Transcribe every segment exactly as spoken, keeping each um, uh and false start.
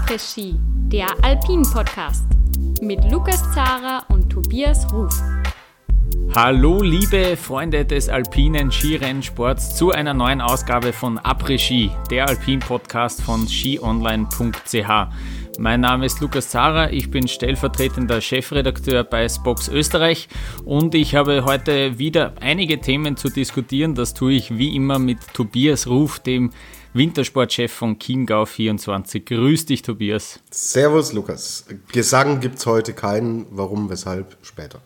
Après-Ski, der Alpin-Podcast mit Lukas Zara und Tobias Ruf. Hallo liebe Freunde des alpinen Skirennsports zu einer neuen Ausgabe von Après-Ski, der Alpin-Podcast von skionline punkt c h. Mein Name ist Lukas Zara, ich bin stellvertretender Chefredakteur bei Spox Österreich und ich habe heute wieder einige Themen zu diskutieren. Das tue ich wie immer mit Tobias Ruf, dem Wintersportchef von Chiemgau vierundzwanzig. Grüß dich, Tobias. Servus, Lukas. Gesang gibt's heute keinen. Warum, weshalb, später.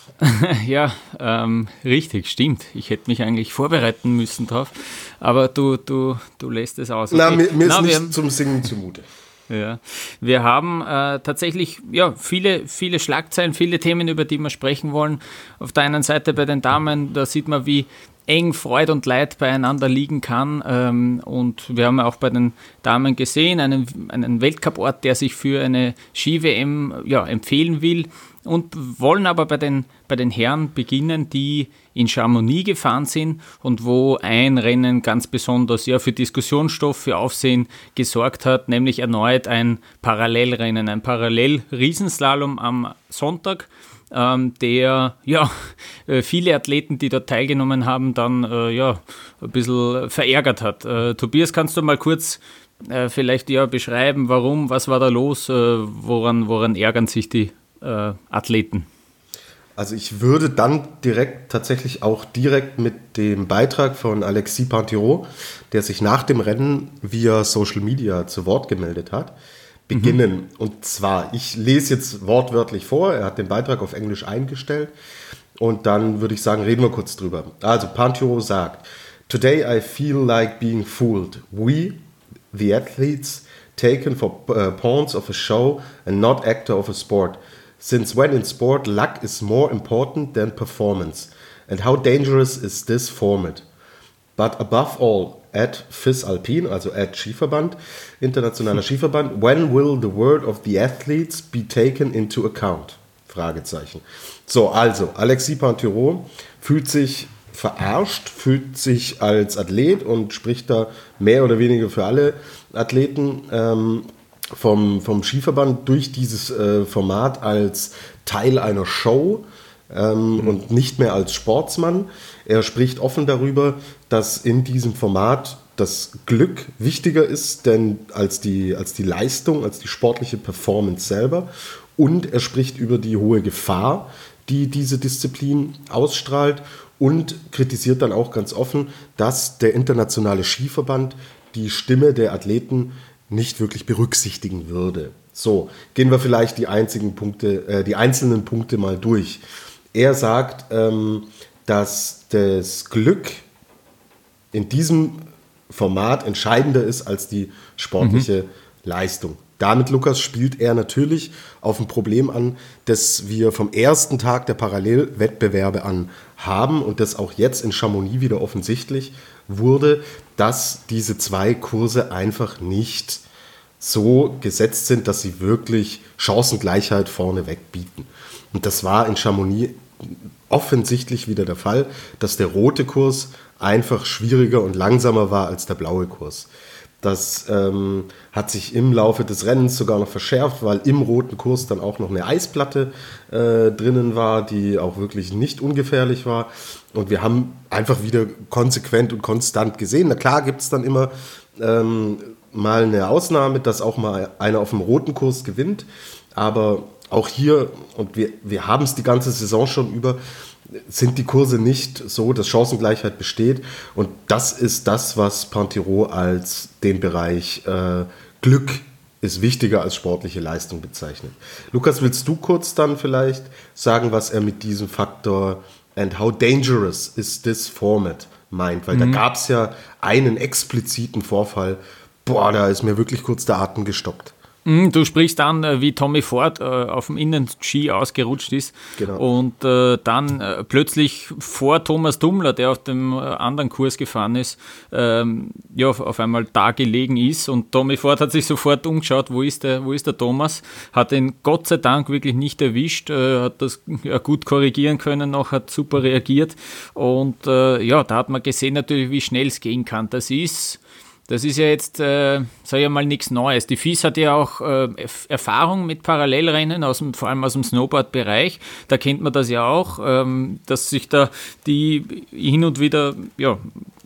Ja, ähm, richtig, stimmt. Ich hätte mich eigentlich vorbereiten müssen drauf, aber du, du, du lässt es aus. Okay. Na, mir, mir Na, ist nicht haben, zum Singen zumute. Ja, wir haben äh, tatsächlich ja, viele, viele Schlagzeilen, viele Themen, über die wir sprechen wollen. Auf der einen Seite bei den Damen, da sieht man, wie eng Freude und Leid beieinander liegen kann. Ähm, und wir haben auch bei den Damen gesehen, einen, einen Weltcup-Ort, der sich für eine Ski-W M ja, empfehlen will. Und wollen aber bei den, bei den Herren beginnen, die in Chamonix gefahren sind und wo ein Rennen ganz besonders ja, für Diskussionsstoff, für Aufsehen gesorgt hat, nämlich erneut ein Parallelrennen, ein Parallel-Riesenslalom am Sonntag, ähm, der ja, viele Athleten, die dort teilgenommen haben, dann äh, ja, ein bisschen verärgert hat. Äh, Tobias, kannst du mal kurz äh, vielleicht ja, beschreiben, warum, was war da los, äh, woran, woran ärgern sich die Äh, Athleten? Also ich würde dann direkt, tatsächlich auch direkt mit dem Beitrag von Alexis Pinturault, der sich nach dem Rennen via Social Media zu Wort gemeldet hat, beginnen. Mhm. Und zwar, ich lese jetzt wortwörtlich vor, er hat den Beitrag auf Englisch eingestellt und dann würde ich sagen, reden wir kurz drüber. Also Pinturault sagt: Today I feel like being fooled. We, the athletes, taken for uh, pawns of a show and not actor of a sport. Since when in sport luck is more important than performance? And how dangerous is this format? But above all, at F I S Alpin, also at Skiverband, Internationaler Skiverband, when will the word of the athletes be taken into account? Fragezeichen. So, also, Alexis Pinturault fühlt sich verarscht, fühlt sich als Athlet und spricht da mehr oder weniger für alle Athleten ähm, vom, vom Skiverband durch dieses äh, Format als Teil einer Show ähm, mhm. und nicht mehr als Sportsmann. Er spricht offen darüber, dass in diesem Format das Glück wichtiger ist denn als die, als die Leistung, als die sportliche Performance selber. Und er spricht über die hohe Gefahr, die diese Disziplin ausstrahlt und kritisiert dann auch ganz offen, dass der internationale Skiverband die Stimme der Athleten nicht wirklich berücksichtigen würde. So, gehen wir vielleicht die einzigen Punkte, äh, die einzelnen Punkte mal durch. Er sagt, ähm, dass das Glück in diesem Format entscheidender ist als die sportliche mhm. Leistung. Damit, Lukas, spielt er natürlich auf ein Problem an, das wir vom ersten Tag der Parallelwettbewerbe an haben und das auch jetzt in Chamonix wieder offensichtlich wurde, dass diese zwei Kurse einfach nicht so gesetzt sind, dass sie wirklich Chancengleichheit vorneweg bieten. Und das war in Chamonix offensichtlich wieder der Fall, dass der rote Kurs einfach schwieriger und langsamer war als der blaue Kurs. Das ähm, hat sich im Laufe des Rennens sogar noch verschärft, weil im roten Kurs dann auch noch eine Eisplatte äh, drinnen war, die auch wirklich nicht ungefährlich war. Und wir haben einfach wieder konsequent und konstant gesehen. Na klar gibt es dann immer ähm, mal eine Ausnahme, dass auch mal einer auf dem roten Kurs gewinnt. Aber auch hier, und wir, wir haben es die ganze Saison schon über, sind die Kurse nicht so, dass Chancengleichheit besteht. Und das ist das, was Pinturault als den Bereich äh, Glück ist wichtiger als sportliche Leistung bezeichnet. Lukas, willst du kurz dann vielleicht sagen, was er mit diesem Faktor and how dangerous is this format meint? Weil mhm. da gab es ja einen expliziten Vorfall. Boah, da ist mir wirklich kurz der Atem gestockt. Du sprichst an, wie Tommy Ford äh, auf dem Innenski ausgerutscht ist genau. und äh, dann äh, plötzlich vor Thomas Tummler, der auf dem äh, anderen Kurs gefahren ist, ähm, ja, auf einmal da gelegen ist und Tommy Ford hat sich sofort umgeschaut, wo ist der, wo ist der Thomas, hat ihn Gott sei Dank wirklich nicht erwischt, äh, hat das ja, gut korrigieren können noch, hat super reagiert und äh, ja, da hat man gesehen natürlich, wie schnell es gehen kann. Das ist Das ist ja jetzt, äh, sage ich mal, nichts Neues. Die F I S hat ja auch äh, Erfahrung mit Parallelrennen, aus dem, vor allem aus dem Snowboard-Bereich. Da kennt man das ja auch, ähm, dass sich da die hin und wieder ja,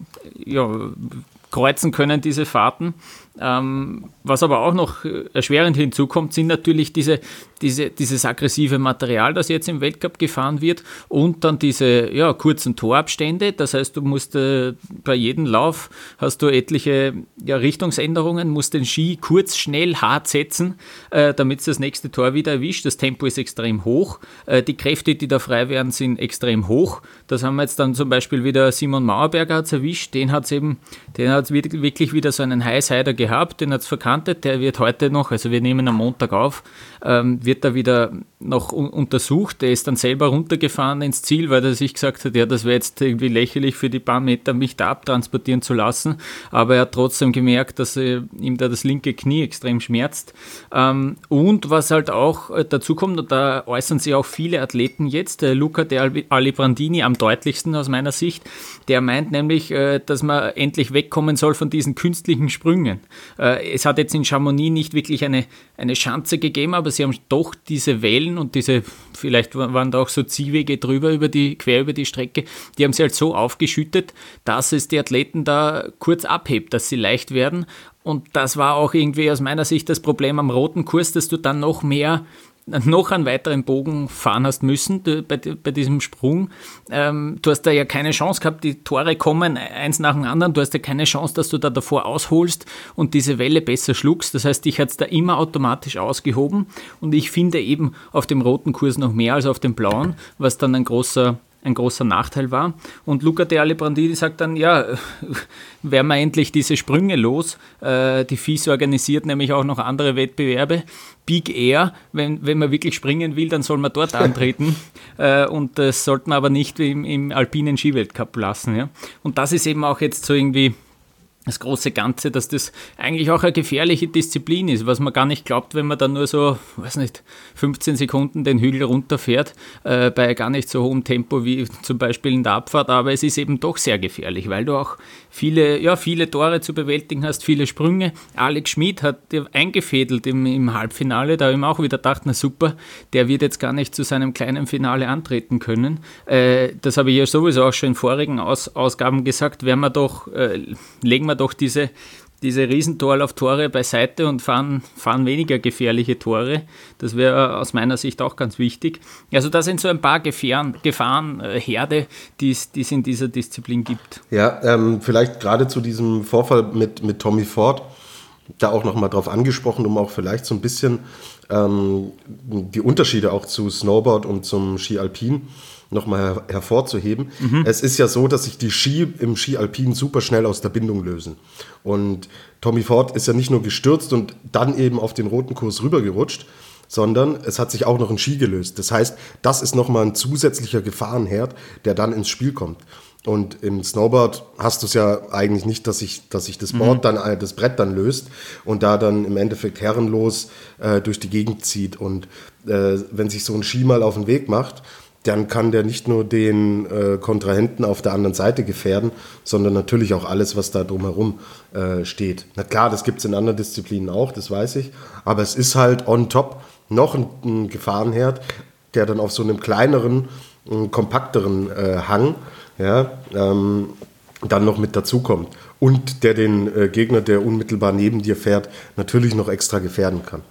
ja, kreuzen können, diese Fahrten. Ähm, was aber auch noch erschwerend hinzukommt, sind natürlich diese, diese, dieses aggressive Material, das jetzt im Weltcup gefahren wird, und dann diese ja, kurzen Torabstände. Das heißt, du musst äh, bei jedem Lauf hast du etliche ja, Richtungsänderungen, musst den Ski kurz, schnell, hart setzen, äh, damit es das nächste Tor wieder erwischt. Das Tempo ist extrem hoch. Äh, die Kräfte, die da frei werden, sind extrem hoch. Das haben wir jetzt dann zum Beispiel wieder Simon Mauerberger hat's erwischt. Den hat es eben, den hat es wirklich wieder so einen Highsider gehabt, den hat es verkantet, der wird heute noch, also wir nehmen am Montag auf, ähm, wird da wieder noch un- untersucht, der ist dann selber runtergefahren ins Ziel, weil er sich gesagt hat, ja, das wäre jetzt irgendwie lächerlich für die paar Meter, mich da abtransportieren zu lassen, aber er hat trotzdem gemerkt, dass äh, ihm da das linke Knie extrem schmerzt. Ähm, und was halt auch äh, dazu kommt, und da äußern sich auch viele Athleten jetzt, äh, Luca De Alibrandini am deutlichsten aus meiner Sicht, der meint nämlich, äh, dass man endlich wegkommen soll von diesen künstlichen Sprüngen. Es hat jetzt in Chamonix nicht wirklich eine, eine Schanze gegeben, aber sie haben doch diese Wellen und diese, vielleicht waren da auch so Ziehwege drüber, über die, quer über die Strecke, die haben sie halt so aufgeschüttet, dass es die Athleten da kurz abhebt, dass sie leicht werden. Und das war auch irgendwie aus meiner Sicht das Problem am roten Kurs, dass du dann noch mehr noch einen weiteren Bogen fahren hast müssen bei, bei diesem Sprung. Ähm, du hast da ja keine Chance gehabt, die Tore kommen eins nach dem anderen, du hast ja keine Chance, dass du da davor ausholst und diese Welle besser schluckst. Das heißt, dich hat es da immer automatisch ausgehoben, und ich finde eben auf dem roten Kurs noch mehr als auf dem blauen, was dann ein großer ein großer Nachteil war. Und Luca De Alibrandini sagt dann, ja, werden wir endlich diese Sprünge los. Äh, die F I S organisiert nämlich auch noch andere Wettbewerbe. Big Air, wenn, wenn man wirklich springen will, dann soll man dort antreten. äh, und das sollte man aber nicht im, im alpinen Skiweltcup lassen. Ja? Und das ist eben auch jetzt so irgendwie das große Ganze, dass das eigentlich auch eine gefährliche Disziplin ist, was man gar nicht glaubt, wenn man dann nur so, weiß nicht, fünfzehn Sekunden den Hügel runterfährt, äh, bei gar nicht so hohem Tempo wie zum Beispiel in der Abfahrt, aber es ist eben doch sehr gefährlich, weil du auch viele, ja, viele Tore zu bewältigen hast, viele Sprünge. Alex Schmid hat eingefädelt im, im Halbfinale, da habe ich mir auch wieder gedacht, na super, der wird jetzt gar nicht zu seinem kleinen Finale antreten können. Äh, das habe ich ja sowieso auch schon in vorigen Aus, Ausgaben gesagt, werden wir doch, äh, legen wir doch diese, diese Riesentorlauf-Tore beiseite und fahren, fahren weniger gefährliche Tore. Das wäre aus meiner Sicht auch ganz wichtig. Also da sind so ein paar Gefahren, Gefahren äh, Herde, die es in dieser Disziplin gibt. Ja, ähm, vielleicht gerade zu diesem Vorfall mit, mit Tommy Ford, da auch nochmal drauf angesprochen, um auch vielleicht so ein bisschen ähm, die Unterschiede auch zu Snowboard und zum Ski Alpin nochmal her- hervorzuheben. Mhm. Es ist ja so, dass sich die Ski im Ski Alpin super schnell aus der Bindung lösen. Und Tommy Ford ist ja nicht nur gestürzt und dann eben auf den roten Kurs rübergerutscht, sondern es hat sich auch noch ein Ski gelöst. Das heißt, das ist nochmal ein zusätzlicher Gefahrenherd, der dann ins Spiel kommt. Und im Snowboard hast du es ja eigentlich nicht, dass sich dass sich das Board mhm. dann, das Brett dann löst und da dann im Endeffekt herrenlos äh, durch die Gegend zieht. Und äh, wenn sich so ein Ski mal auf den Weg macht, dann kann der nicht nur den äh, Kontrahenten auf der anderen Seite gefährden, sondern natürlich auch alles, was da drumherum äh, steht. Na klar, das gibt es in anderen Disziplinen auch, das weiß ich, aber es ist halt on top noch ein, ein Gefahrenherd, der dann auf so einem kleineren, äh, kompakteren äh, Hang ja, ähm, dann noch mit dazukommt und der den äh, Gegner, der unmittelbar neben dir fährt, natürlich noch extra gefährden kann.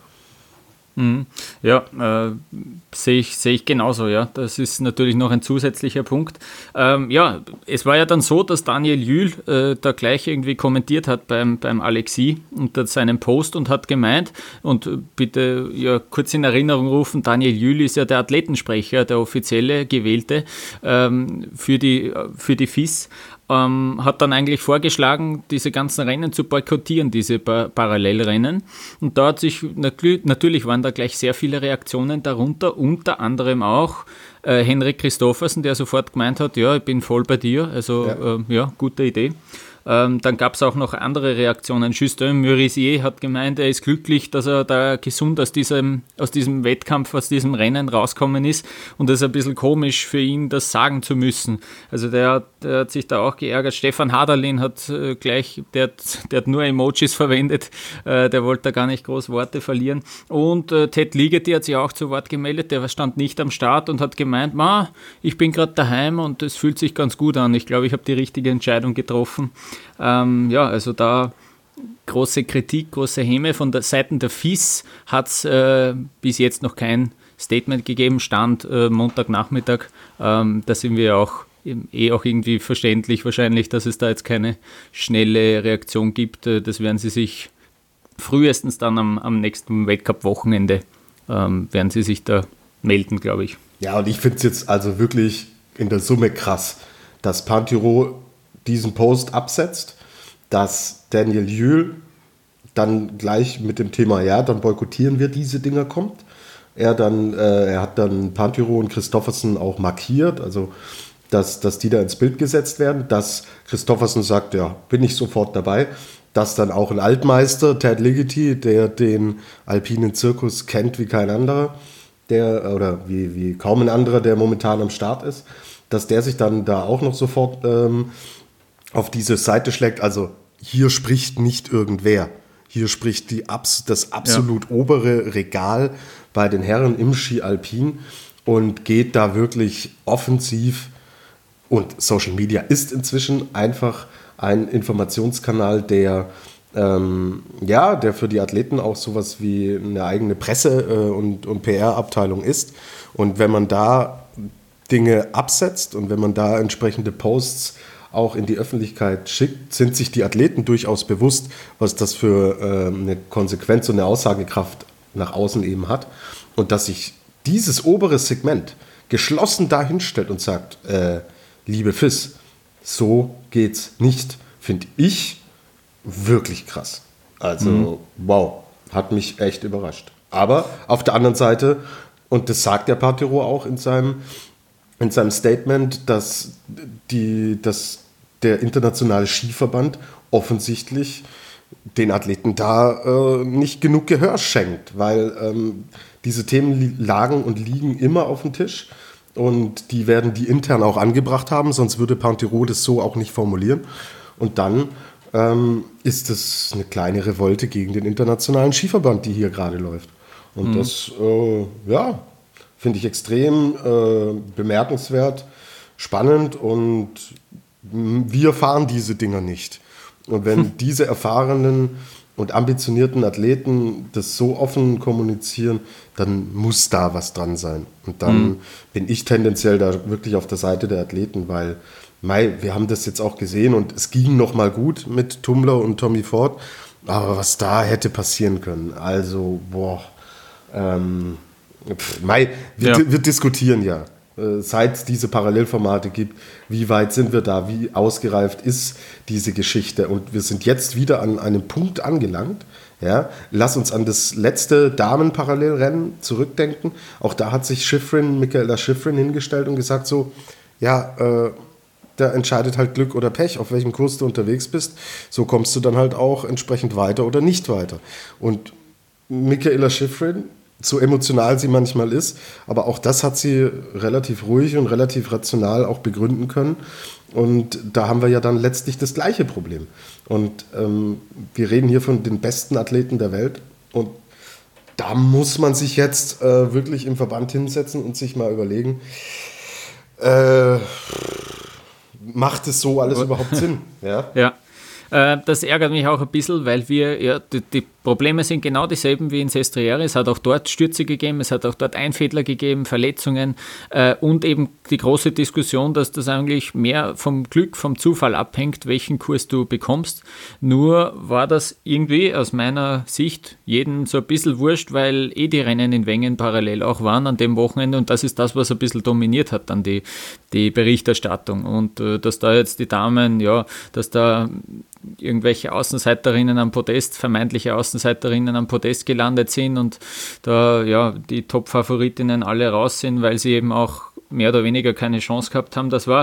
Ja, äh, sehe ich, sehe ich genauso, ja. Das ist natürlich noch ein zusätzlicher Punkt. Ähm, ja, es war ja dann so, dass Daniel Jühl äh, da gleich irgendwie kommentiert hat beim, beim Alexis unter seinem Post und hat gemeint, und bitte ja kurz in Erinnerung rufen, Daniel Jühl ist ja der Athletensprecher, der offizielle Gewählte ähm, für die, für die F I S. Ähm, hat dann eigentlich vorgeschlagen, diese ganzen Rennen zu boykottieren, diese pa- Parallelrennen. Und da hat sich, natürlich waren da gleich sehr viele Reaktionen darunter, unter anderem auch äh, Henrik Christoffersen, der sofort gemeint hat, ja, ich bin voll bei dir, also ja, äh, ja gute Idee. Ähm, dann gab es auch noch andere Reaktionen. Justin Murisier hat gemeint, er ist glücklich, dass er da gesund aus diesem, aus diesem Wettkampf, aus diesem Rennen rauskommen ist und es ist ein bisschen komisch für ihn, das sagen zu müssen. Also der, der hat sich da auch geärgert. Stefan Haderlin hat äh, gleich, der hat, der hat nur Emojis verwendet, äh, der wollte da gar nicht groß Worte verlieren. Und äh, Ted Ligeti hat sich auch zu Wort gemeldet, der stand nicht am Start und hat gemeint, Ma, ich bin gerade daheim und es fühlt sich ganz gut an. Ich glaube, ich habe die richtige Entscheidung getroffen. Ähm, ja, also da große Kritik, große Häme. Von der Seite der F I S hat es äh, bis jetzt noch kein Statement gegeben, Stand äh, Montagnachmittag. Ähm, da sind wir auch eh auch irgendwie verständlich wahrscheinlich, dass es da jetzt keine schnelle Reaktion gibt. Äh, das werden sie sich frühestens dann am, am nächsten Weltcup-Wochenende ähm, werden sie sich da melden, glaube ich. Ja, und ich finde es jetzt also wirklich in der Summe krass, dass Pinturault diesen Post absetzt, dass Daniel Juel dann gleich mit dem Thema, ja, dann boykottieren wir diese Dinger kommt. Er dann, äh, er hat dann Pinturault und Christoffersen auch markiert, also dass, dass die da ins Bild gesetzt werden, dass Christoffersen sagt, ja, bin ich sofort dabei, dass dann auch ein Altmeister, Ted Ligeti, der den alpinen Zirkus kennt wie kein anderer, der, oder wie, wie kaum ein anderer, der momentan am Start ist, dass der sich dann da auch noch sofort ähm, auf diese Seite schlägt. Also hier spricht nicht irgendwer. Hier spricht die Abs- das absolut ja. obere Regal bei den Herren im Ski Alpin und geht da wirklich offensiv. Und Social Media ist inzwischen einfach ein Informationskanal, der ähm, ja, der für die Athleten auch sowas wie eine eigene Presse- äh, und, und P R-Abteilung ist. Und wenn man da Dinge absetzt und wenn man da entsprechende Posts auch in die Öffentlichkeit schickt, sind sich die Athleten durchaus bewusst, was das für äh, eine Konsequenz und eine Aussagekraft nach außen eben hat. Und dass sich dieses obere Segment geschlossen dahinstellt und sagt, äh, liebe F I S, so geht's nicht, finde ich wirklich krass. Also, mhm. wow, hat mich echt überrascht. Aber auf der anderen Seite, und das sagt der Pinturault auch in seinem, in seinem Statement, dass, die, dass der internationale Skiverband offensichtlich den Athleten da äh, nicht genug Gehör schenkt, weil ähm, diese Themen lagen und liegen immer auf dem Tisch und die werden die intern auch angebracht haben, sonst würde Pinturault das so auch nicht formulieren. Und dann ähm, ist es eine kleine Revolte gegen den internationalen Skiverband, die hier gerade läuft. Und mhm. das, äh, ja, finde ich extrem äh, bemerkenswert, spannend und wir fahren diese Dinger nicht. Und wenn hm. diese erfahrenen und ambitionierten Athleten das so offen kommunizieren, dann muss da was dran sein. Und dann hm. bin ich tendenziell da wirklich auf der Seite der Athleten, weil mei, wir haben das jetzt auch gesehen und es ging noch mal gut mit Tumler und Tommy Ford, aber was da hätte passieren können, also boah, ähm, pff, mei, wir, ja. wir diskutieren ja. Seit es diese Parallelformate gibt, wie weit sind wir da, wie ausgereift ist diese Geschichte. Und wir sind jetzt wieder an einem Punkt angelangt. Ja? Lass uns an das letzte Damen-Parallelrennen zurückdenken. Auch da hat sich Shiffrin, Michaela Shiffrin hingestellt und gesagt so, ja, äh, da entscheidet halt Glück oder Pech, auf welchem Kurs du unterwegs bist. So kommst du dann halt auch entsprechend weiter oder nicht weiter. Und Michaela Shiffrin, so emotional sie manchmal ist, aber auch das hat sie relativ ruhig und relativ rational auch begründen können. Und da haben wir ja dann letztlich das gleiche Problem. Und ähm, wir reden hier von den besten Athleten der Welt. Und da muss man sich jetzt äh, wirklich im Verband hinsetzen und sich mal überlegen, äh, macht es so alles überhaupt Sinn? Ja. Ja. Das ärgert mich auch ein bisschen, weil wir, ja, die, die Probleme sind genau dieselben wie in Sestriere. Es hat auch dort Stürze gegeben, es hat auch dort Einfädler gegeben, Verletzungen äh, und eben die große Diskussion, dass das eigentlich mehr vom Glück, vom Zufall abhängt, welchen Kurs du bekommst. Nur war das irgendwie aus meiner Sicht jedem so ein bisschen wurscht, weil eh die Rennen in Wengen parallel auch waren an dem Wochenende und das ist das, was ein bisschen dominiert hat dann die, die Berichterstattung. Und äh, dass da jetzt die Damen, ja, dass da irgendwelche Außenseiterinnen am Podest, vermeintliche Außenseiterinnen am Podest gelandet sind und da ja die Top-Favoritinnen alle raus sind, weil sie eben auch mehr oder weniger keine Chance gehabt haben. Das war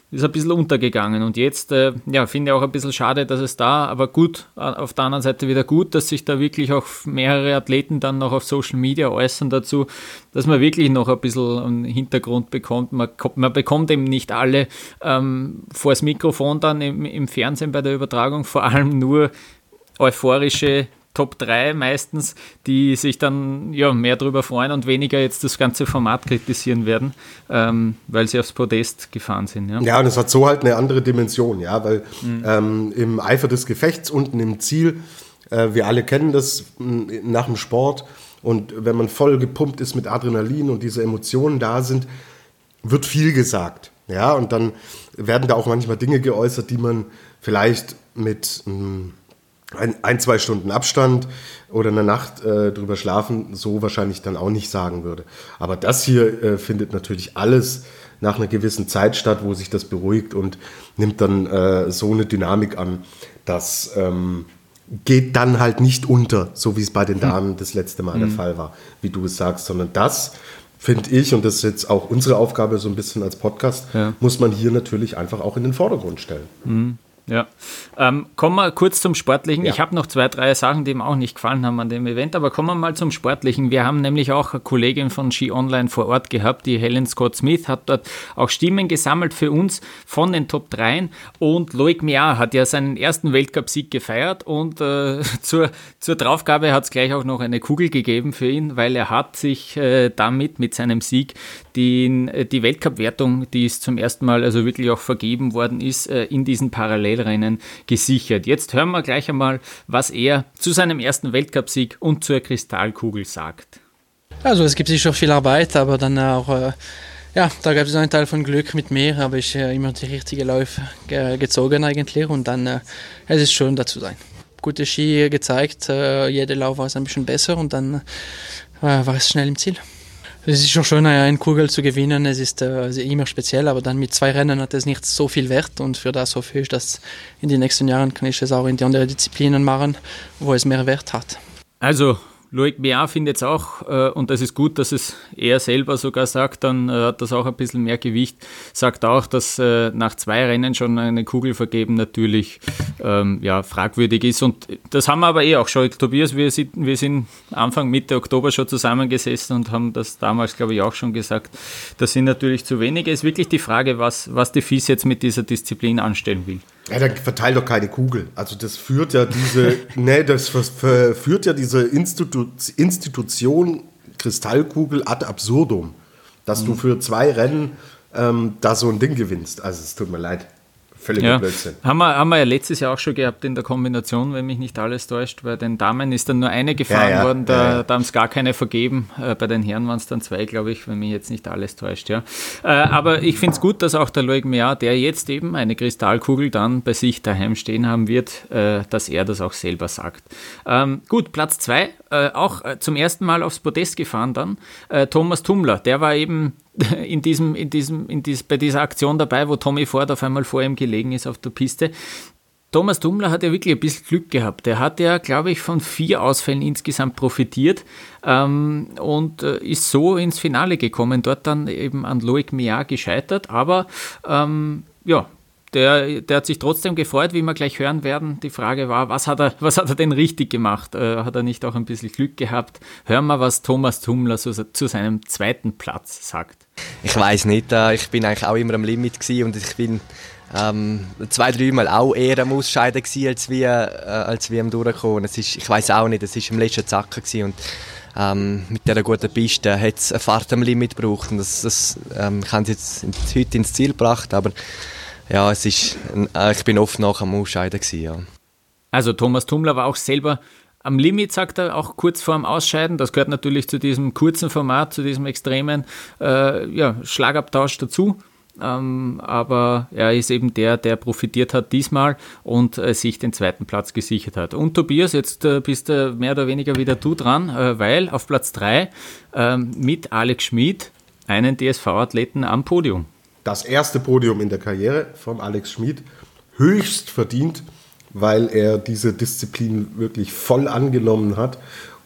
ist ein bisschen untergegangen. Und jetzt, äh, ja, finde ich auch ein bisschen schade, dass es da, aber gut, auf der anderen Seite wieder gut, dass sich da wirklich auch mehrere Athleten dann noch auf Social Media äußern dazu, dass man wirklich noch ein bisschen einen Hintergrund bekommt. Man, man bekommt eben nicht alle ähm, vor das Mikrofon dann im, im Fernsehen bei der Übertragung, vor allem nur euphorische Top drei meistens, die sich dann ja mehr darüber freuen und weniger jetzt das ganze Format kritisieren werden, ähm, weil sie aufs Podest gefahren sind. Ja, ja, und es hat so halt eine andere Dimension, ja, weil mhm. ähm, im Eifer des Gefechts unten im Ziel, äh, wir alle kennen das m, nach dem Sport, und wenn man voll gepumpt ist mit Adrenalin und diese Emotionen da sind, wird viel gesagt. Ja, und dann werden da auch manchmal Dinge geäußert, die man vielleicht mit m, Ein, ein, zwei Stunden Abstand oder eine Nacht äh, drüber schlafen, so wahrscheinlich dann auch nicht sagen würde. Aber das hier äh, findet natürlich alles nach einer gewissen Zeit statt, wo sich das beruhigt und nimmt dann äh, so eine Dynamik an, das ähm, geht dann halt nicht unter, so wie es bei den Damen das letzte Mal mhm. der Fall war, wie du es sagst, sondern das finde ich, und das ist jetzt auch unsere Aufgabe so ein bisschen als Podcast, ja. muss man hier natürlich einfach auch in den Vordergrund stellen. Mhm. Ja, ähm, kommen wir kurz zum Sportlichen. Ja. Ich habe noch zwei, drei Sachen, die mir auch nicht gefallen haben an dem Event, aber kommen wir mal zum Sportlichen. Wir haben nämlich auch eine Kollegin von Ski Online vor Ort gehabt, die Helen Scott Smith, hat dort auch Stimmen gesammelt für uns von den Top drei, und Loic Meillard hat ja seinen ersten Weltcup-Sieg gefeiert, und äh, zur, zur Draufgabe hat es gleich auch noch eine Kugel gegeben für ihn, weil er hat sich äh, damit mit seinem Sieg die, die Weltcup-Wertung, die es zum ersten Mal also wirklich auch vergeben worden ist, äh, in diesen Parallel Rennen gesichert. Jetzt hören wir gleich einmal, was er zu seinem ersten Weltcupsieg und zur Kristallkugel sagt. Also es gibt sicher viel Arbeit, aber dann auch, äh, ja, da gab es einen Teil von Glück mit mir, habe ich äh, immer die richtige Läufe ge- gezogen eigentlich, und dann äh, es ist schön, da zu sein. Gute Ski gezeigt, äh, jeder Lauf war es ein bisschen besser, und dann äh, war es schnell im Ziel. Es ist schon schön, eine Kugel zu gewinnen. Es ist äh, immer speziell, aber dann mit zwei Rennen hat es nicht so viel Wert, und für das hoffe ich, dass in den nächsten Jahren kann ich es auch in die anderen Disziplinen machen, wo es mehr Wert hat. Also Loic Meillard findet es auch, äh, und das ist gut, dass es er selber sogar sagt, dann äh, hat das auch ein bisschen mehr Gewicht, sagt auch, dass äh, nach zwei Rennen schon eine Kugel vergeben natürlich ähm, ja, fragwürdig ist, und das haben wir aber eh auch schon. Tobias, wir sind, wir sind Anfang, Mitte Oktober schon zusammengesessen und haben das damals, glaube ich, auch schon gesagt, das sind natürlich zu wenige. Es ist wirklich die Frage, was, was die F I S jetzt mit dieser Disziplin anstellen will. Ja, dann verteilt doch keine Kugel. Also das führt ja diese, ne, das führt ja diese Institu- Institution Kristallkugel ad absurdum, dass mhm. du für zwei Rennen ähm, da so ein Ding gewinnst. Also es tut mir leid. Völliger ja. Blödsinn. Haben wir, haben wir ja letztes Jahr auch schon gehabt in der Kombination, wenn mich nicht alles täuscht. Bei den Damen ist dann nur eine gefahren ja, ja. worden, da, ja, ja. da haben es gar keine vergeben. Äh, bei den Herren waren es dann zwei, glaube ich, wenn mich jetzt nicht alles täuscht. Ja. Äh, aber ich finde es gut, dass auch der Loic Meillard, der jetzt eben eine Kristallkugel dann bei sich daheim stehen haben wird, äh, dass er das auch selber sagt. Ähm, gut, Platz zwei, äh, auch äh, zum ersten Mal aufs Podest gefahren dann. Äh, Thomas Tummler, der war eben in diesem, in diesem, in dies, bei dieser Aktion dabei, wo Tommy Ford auf einmal vor ihm gelegen ist auf der Piste. Thomas Tummler hat ja wirklich ein bisschen Glück gehabt. Der hat ja, glaube ich, von vier Ausfällen insgesamt profitiert ähm, und äh, ist so ins Finale gekommen, dort dann eben an Loic Meillard gescheitert, aber ähm, ja, Der, der hat sich trotzdem gefreut, wie wir gleich hören werden. Die Frage war, was hat er, was hat er denn richtig gemacht? Äh, hat er nicht auch ein bisschen Glück gehabt? Hören wir, was Thomas Tummler so, zu seinem zweiten Platz sagt. Ich weiß nicht, äh, ich bin eigentlich auch immer am Limit gewesen, und ich bin ähm, zwei, dreimal auch eher am Ausscheiden gewesen, als wie, äh, als wie am Durchkommen. Es ist, ich weiß auch nicht, es war im letzten Zacken gewesen, und ähm, mit dieser guten Piste hat es eine Fahrt am Limit gebraucht, und das, das ähm, ich habe es jetzt heute ins Ziel gebracht, aber ja, es ist, äh, ich bin oft nach am Ausscheiden gewesen, ja. Also Thomas Tummler war auch selber am Limit, sagt er, auch kurz vor dem Ausscheiden. Das gehört natürlich zu diesem kurzen Format, zu diesem extremen äh, ja, Schlagabtausch dazu. Ähm, aber er ist eben der, der profitiert hat diesmal und äh, sich den zweiten Platz gesichert hat. Und Tobias, jetzt äh, bist du mehr oder weniger wieder du dran, äh, weil auf Platz drei äh, mit Alex Schmid einen D S V-Athleten am Podium. Das erste Podium in der Karriere von Alex Schmid, höchst verdient, weil er diese Disziplin wirklich voll angenommen hat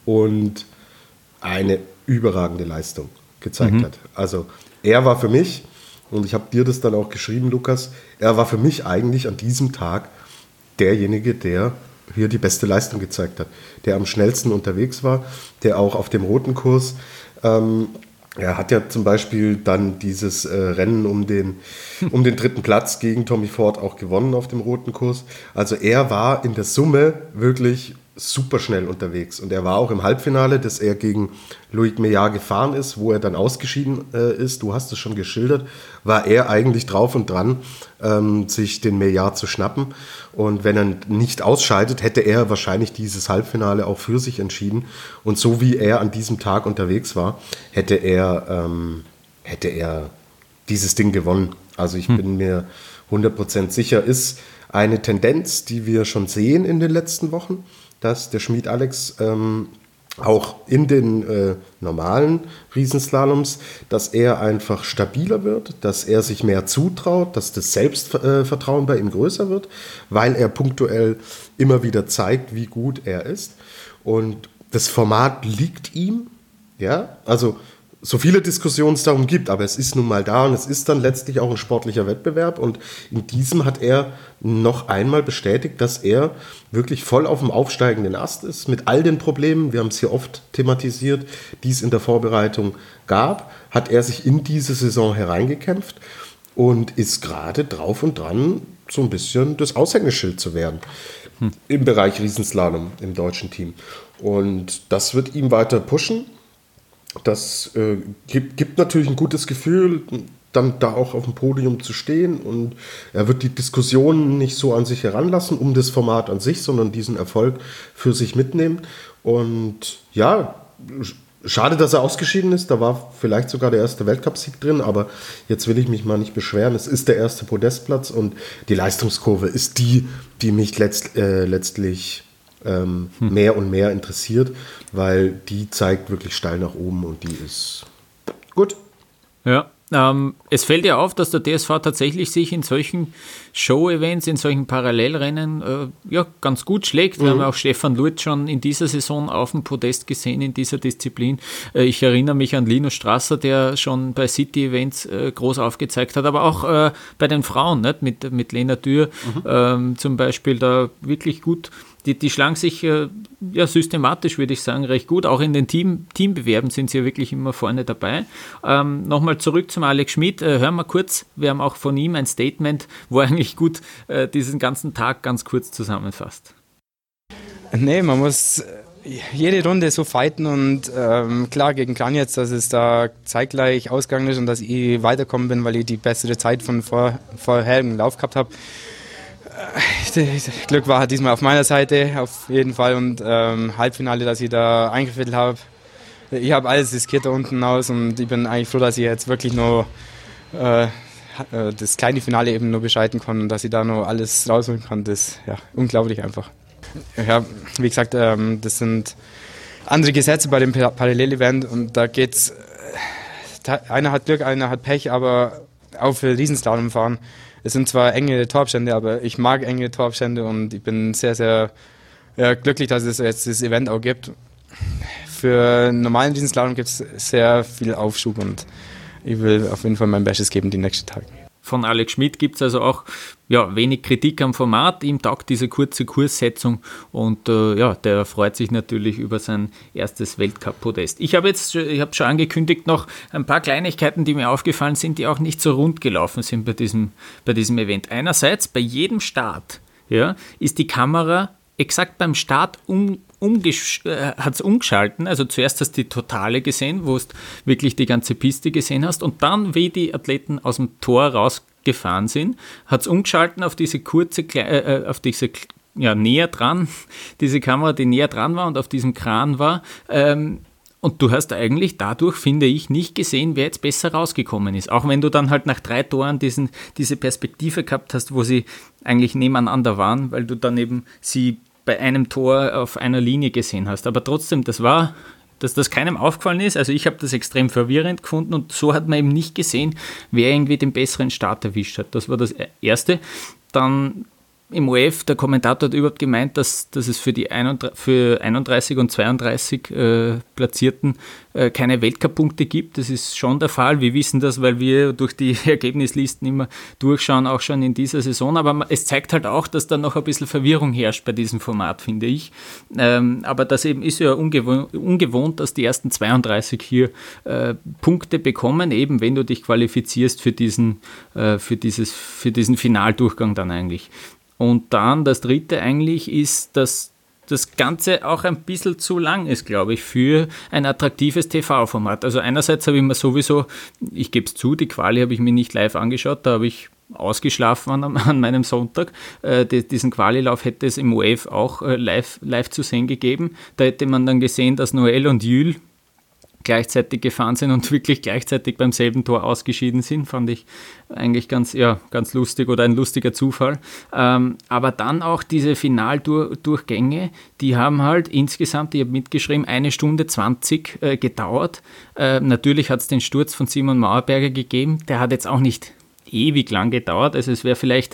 und eine überragende Leistung gezeigt mhm. hat. Also er war für mich und ich habe dir das dann auch geschrieben, Lukas, er war für mich eigentlich an diesem Tag derjenige, der hier die beste Leistung gezeigt hat, der am schnellsten unterwegs war, der auch auf dem roten Kurs, ähm, er hat ja zum Beispiel dann dieses äh, Rennen um den, um den dritten Platz gegen Tommy Ford auch gewonnen auf dem roten Kurs. Also er war in der Summe wirklich super schnell unterwegs. Und er war auch im Halbfinale, das er gegen Loic Meillard gefahren ist, wo er dann ausgeschieden äh, ist, du hast es schon geschildert, war er eigentlich drauf und dran, ähm, sich den Meillard zu schnappen. Und wenn er nicht ausscheidet, hätte er wahrscheinlich dieses Halbfinale auch für sich entschieden. Und so wie er an diesem Tag unterwegs war, hätte er, ähm, hätte er dieses Ding gewonnen. Also ich hm. bin mir hundert Prozent sicher, ist eine Tendenz, die wir schon sehen in den letzten Wochen, dass der Schmid Alex ähm, auch in den äh, normalen Riesenslaloms, dass er einfach stabiler wird, dass er sich mehr zutraut, dass das Selbstvertrauen bei ihm größer wird, weil er punktuell immer wieder zeigt, wie gut er ist. Und das Format liegt ihm, ja, also so viele Diskussionen es darum gibt, aber es ist nun mal da und es ist dann letztlich auch ein sportlicher Wettbewerb und in diesem hat er noch einmal bestätigt, dass er wirklich voll auf dem aufsteigenden Ast ist, mit all den Problemen, wir haben es hier oft thematisiert, die es in der Vorbereitung gab, hat er sich in diese Saison hereingekämpft und ist gerade drauf und dran, so ein bisschen das Aushängeschild zu werden hm. im Bereich Riesenslalom im deutschen Team. Und das wird ihm weiter pushen. Das äh, gibt, gibt natürlich ein gutes Gefühl, dann da auch auf dem Podium zu stehen und er wird die Diskussionen nicht so an sich heranlassen, um das Format an sich, sondern diesen Erfolg für sich mitnehmen. Und ja, schade, dass er ausgeschieden ist, da war vielleicht sogar der erste Weltcupsieg drin, aber jetzt will ich mich mal nicht beschweren, es ist der erste Podestplatz und die Leistungskurve ist die, die mich letzt, äh, letztlich Ähm, hm. mehr und mehr interessiert, weil die zeigt wirklich steil nach oben und die ist gut. Ja, ähm, es fällt ja auf, dass der D S V tatsächlich sich in solchen Show-Events, in solchen Parallelrennen äh, ja, ganz gut schlägt. Wir mhm. haben auch Stefan Lurz schon in dieser Saison auf dem Podest gesehen in dieser Disziplin. Äh, ich erinnere mich an Linus Strasser, der schon bei City-Events äh, groß aufgezeigt hat, aber auch äh, bei den Frauen, nicht? Mit, mit Lena Dürr mhm. ähm, zum Beispiel da wirklich gut. Die, die schlagen sich äh, ja, systematisch, würde ich sagen, recht gut. Auch in den Team, Teambewerben sind sie ja wirklich immer vorne dabei. Ähm, Nochmal zurück zum Alex Schmid. Äh, hören wir kurz, wir haben auch von ihm ein Statement, wo er eigentlich gut äh, diesen ganzen Tag ganz kurz zusammenfasst. Nee, man muss jede Runde so fighten und ähm, klar gegen Kranjec, dass es da zeitgleich ausgegangen ist und dass ich weiterkommen bin, weil ich die bessere Zeit von vor, vorherigen Lauf gehabt habe. Glück war diesmal auf meiner Seite, auf jeden Fall. Und ähm, Halbfinale, dass ich da eingefädelt habe. Ich habe alles riskiert da unten aus und ich bin eigentlich froh, dass ich jetzt wirklich nur äh, das kleine Finale eben nur beschreiten kann und dass ich da noch alles rausholen kann. Das ist ja unglaublich einfach. Ja, wie gesagt, ähm, das sind andere Gesetze bei dem Parallel-Event und da geht's. Einer hat Glück, einer hat Pech, aber auch für Riesenslalom fahren. Es sind zwar enge Torabstände, aber ich mag enge Torabstände und ich bin sehr, sehr ja, glücklich, dass es jetzt das Event auch gibt. Für einen normalen Riesenslalom gibt es sehr viel Aufschub und ich will auf jeden Fall mein Bestes geben die nächsten Tage. Von Alex Schmid gibt es also auch ja, wenig Kritik am Format. Ihm taugt diese kurze Kurssetzung und äh, ja, der freut sich natürlich über sein erstes Weltcup-Podest. Ich habe jetzt, ich habe schon angekündigt, noch ein paar Kleinigkeiten, die mir aufgefallen sind, die auch nicht so rund gelaufen sind bei diesem, bei diesem Event. Einerseits, bei jedem Start ja, ist die Kamera exakt beim Start um Umgesch- äh, hat es umgeschalten, also zuerst hast du die Totale gesehen, wo du wirklich die ganze Piste gesehen hast und dann, wie die Athleten aus dem Tor rausgefahren sind, hat es umgeschalten auf diese kurze, äh, auf diese, ja, näher dran, diese Kamera, die näher dran war und auf diesem Kran war, ähm, und du hast eigentlich dadurch, finde ich, nicht gesehen, wer jetzt besser rausgekommen ist. Auch wenn du dann halt nach drei Toren diesen, diese Perspektive gehabt hast, wo sie eigentlich nebeneinander waren, weil du dann eben sie bei einem Tor auf einer Linie gesehen hast. Aber trotzdem, das war, dass das keinem aufgefallen ist. Also ich habe das extrem verwirrend gefunden und so hat man eben nicht gesehen, wer irgendwie den besseren Start erwischt hat. Das war das Erste. Dann im O F, der Kommentator hat überhaupt gemeint, dass, dass es für die einunddreißig, für einunddreißig und zweiunddreißig äh, Platzierten äh, keine Weltcup-Punkte gibt. Das ist schon der Fall. Wir wissen das, weil wir durch die Ergebnislisten immer durchschauen, auch schon in dieser Saison. Aber es zeigt halt auch, dass da noch ein bisschen Verwirrung herrscht bei diesem Format, finde ich. Ähm, aber das eben ist ja ungewohnt, ungewohnt, dass die ersten zweiunddreißig hier äh, Punkte bekommen, eben wenn du dich qualifizierst für diesen, äh, für dieses, für diesen Finaldurchgang dann eigentlich. Und dann das dritte eigentlich ist, dass das Ganze auch ein bisschen zu lang ist, glaube ich, für ein attraktives T V-Format. Also einerseits habe ich mir sowieso, ich gebe es zu, die Quali habe ich mir nicht live angeschaut, da habe ich ausgeschlafen an, an meinem Sonntag. Äh, die, diesen Qualilauf hätte es im O F auch äh, live, live zu sehen gegeben. Da hätte man dann gesehen, dass Noel und Jules gleichzeitig gefahren sind und wirklich gleichzeitig beim selben Tor ausgeschieden sind, fand ich eigentlich ganz, ja, ganz lustig oder ein lustiger Zufall. Ähm, aber dann auch diese Finaldurchgänge, die haben halt insgesamt, ich habe mitgeschrieben, eine Stunde zwanzig äh, gedauert. Äh, natürlich hat es den Sturz von Simon Mauerberger gegeben, der hat jetzt auch nicht ewig lang gedauert, also es wäre vielleicht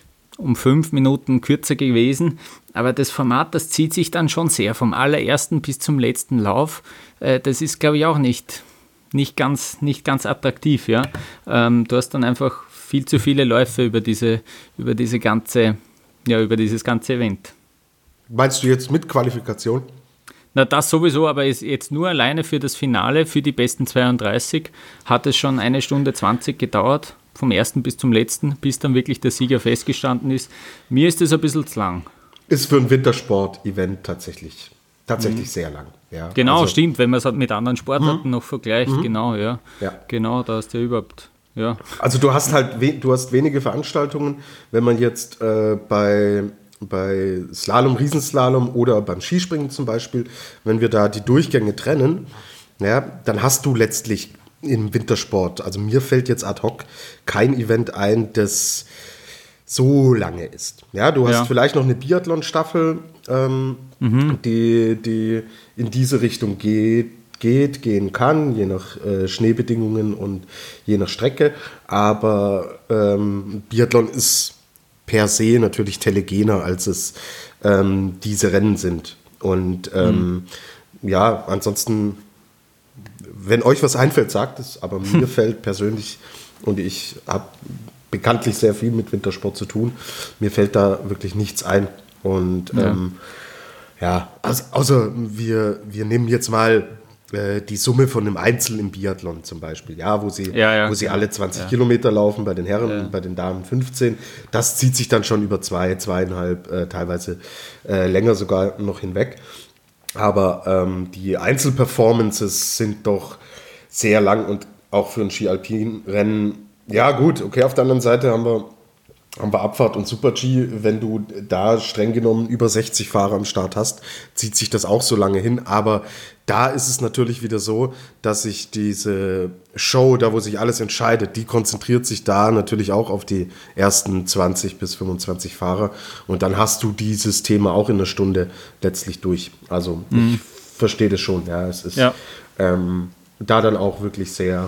um fünf Minuten kürzer gewesen, aber das Format, das zieht sich dann schon sehr, vom allerersten bis zum letzten Lauf. Äh, das ist, glaube ich, auch nicht, nicht, ganz, nicht ganz attraktiv. Ja? Ähm, du hast dann einfach viel zu viele Läufe über, diese, über, diese ganze, ja, über dieses ganze Event. Meinst du jetzt mit Qualifikation? Na, das sowieso, aber ist jetzt nur alleine für das Finale, für die besten zweiunddreißig, hat es schon eine Stunde zwanzig gedauert. Vom ersten bis zum letzten, bis dann wirklich der Sieger festgestanden ist. Mir ist das ein bisschen zu lang. Ist für ein Wintersport-Event tatsächlich, tatsächlich mhm. sehr lang. Ja, genau, also, stimmt, wenn man es halt mit anderen Sportarten mhm. noch vergleicht. Mhm. Genau, ja. ja. Genau, da hast du ja überhaupt... Ja. Also du hast halt we- du hast wenige Veranstaltungen, wenn man jetzt äh, bei, bei Slalom, Riesenslalom oder beim Skispringen zum Beispiel, wenn wir da die Durchgänge trennen, ja, dann hast du letztlich im Wintersport, also mir fällt jetzt ad hoc kein Event ein, das so lange ist. Ja, du hast ja. vielleicht noch eine Biathlon-Staffel, ähm, mhm. die, die in diese Richtung geht, geht, gehen kann, je nach äh, Schneebedingungen und je nach Strecke, aber ähm, Biathlon ist per se natürlich telegener, als es ähm, diese Rennen sind. Und ähm, mhm. ja, ansonsten, wenn euch was einfällt, sagt es, aber mir hm. fällt persönlich, und ich habe bekanntlich sehr viel mit Wintersport zu tun, mir fällt da wirklich nichts ein. Und ja, ähm, ja also, außer wir, wir nehmen jetzt mal äh, die Summe von einem Einzel im Biathlon zum Beispiel, ja, wo sie, ja, ja, wo sie ja. alle zwanzig ja. Kilometer laufen, bei den Herren ja. und bei den Damen fünfzehn. Das zieht sich dann schon über zwei, zweieinhalb, äh, teilweise äh, länger sogar noch hinweg. Aber ähm, die Einzelperformances sind doch sehr lang und auch für ein Ski-Alpin-Rennen, ja gut, okay, auf der anderen Seite haben wir, haben wir Abfahrt und Super-G, wenn du da streng genommen über sechzig Fahrer am Start hast, zieht sich das auch so lange hin, aber da ist es natürlich wieder so, dass sich diese Show, da wo sich alles entscheidet, die konzentriert sich da natürlich auch auf die ersten zwanzig bis fünfundzwanzig Fahrer und dann hast du dieses Thema auch in einer Stunde letztlich durch. Also mhm. ich verstehe das schon, ja, es ist ja. ähm, da dann auch wirklich sehr,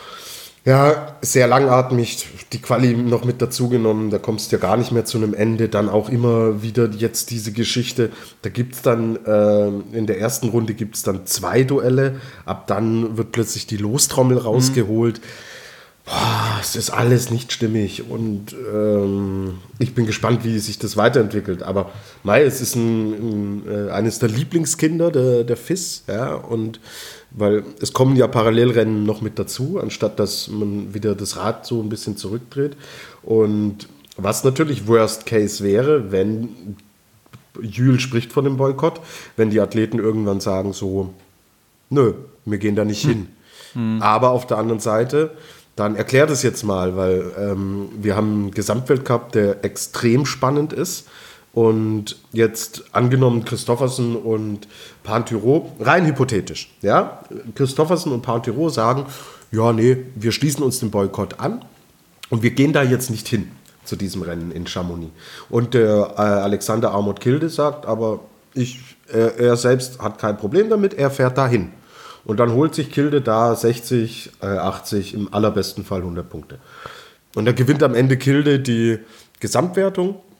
ja, sehr langatmig, die Quali noch mit dazu genommen, da kommst du ja gar nicht mehr zu einem Ende, dann auch immer wieder jetzt diese Geschichte, da gibt es dann, äh, in der ersten Runde gibt es dann zwei Duelle, ab dann wird plötzlich die Lostrommel rausgeholt, mhm. Boah, es ist alles nicht stimmig und ähm, ich bin gespannt, wie sich das weiterentwickelt, aber Mai, es ist ein, ein, eines der Lieblingskinder der, der F I S, ja, und weil es kommen ja Parallelrennen noch mit dazu, anstatt dass man wieder das Rad so ein bisschen zurückdreht. Und was natürlich Worst Case wäre, wenn Jules spricht von dem Boykott, wenn die Athleten irgendwann sagen so, nö, wir gehen da nicht hm. hin. Hm. Aber auf der anderen Seite, dann erklärt es jetzt mal, weil ähm, wir haben einen Gesamtweltcup, der extrem spannend ist. Und jetzt angenommen Christoffersen und Pinturault, rein hypothetisch, ja, Christoffersen und Pinturault sagen, ja, nee, wir schließen uns dem Boykott an und wir gehen da jetzt nicht hin zu diesem Rennen in Chamonix. Und der äh, Alexander Armod-Kilde sagt, aber ich, er, er selbst hat kein Problem damit, er fährt da hin. Und dann holt sich Kilde da sechzig, äh, achtzig, im allerbesten Fall hundert Punkte. Und da gewinnt am Ende Kilde die Gesamtwertung.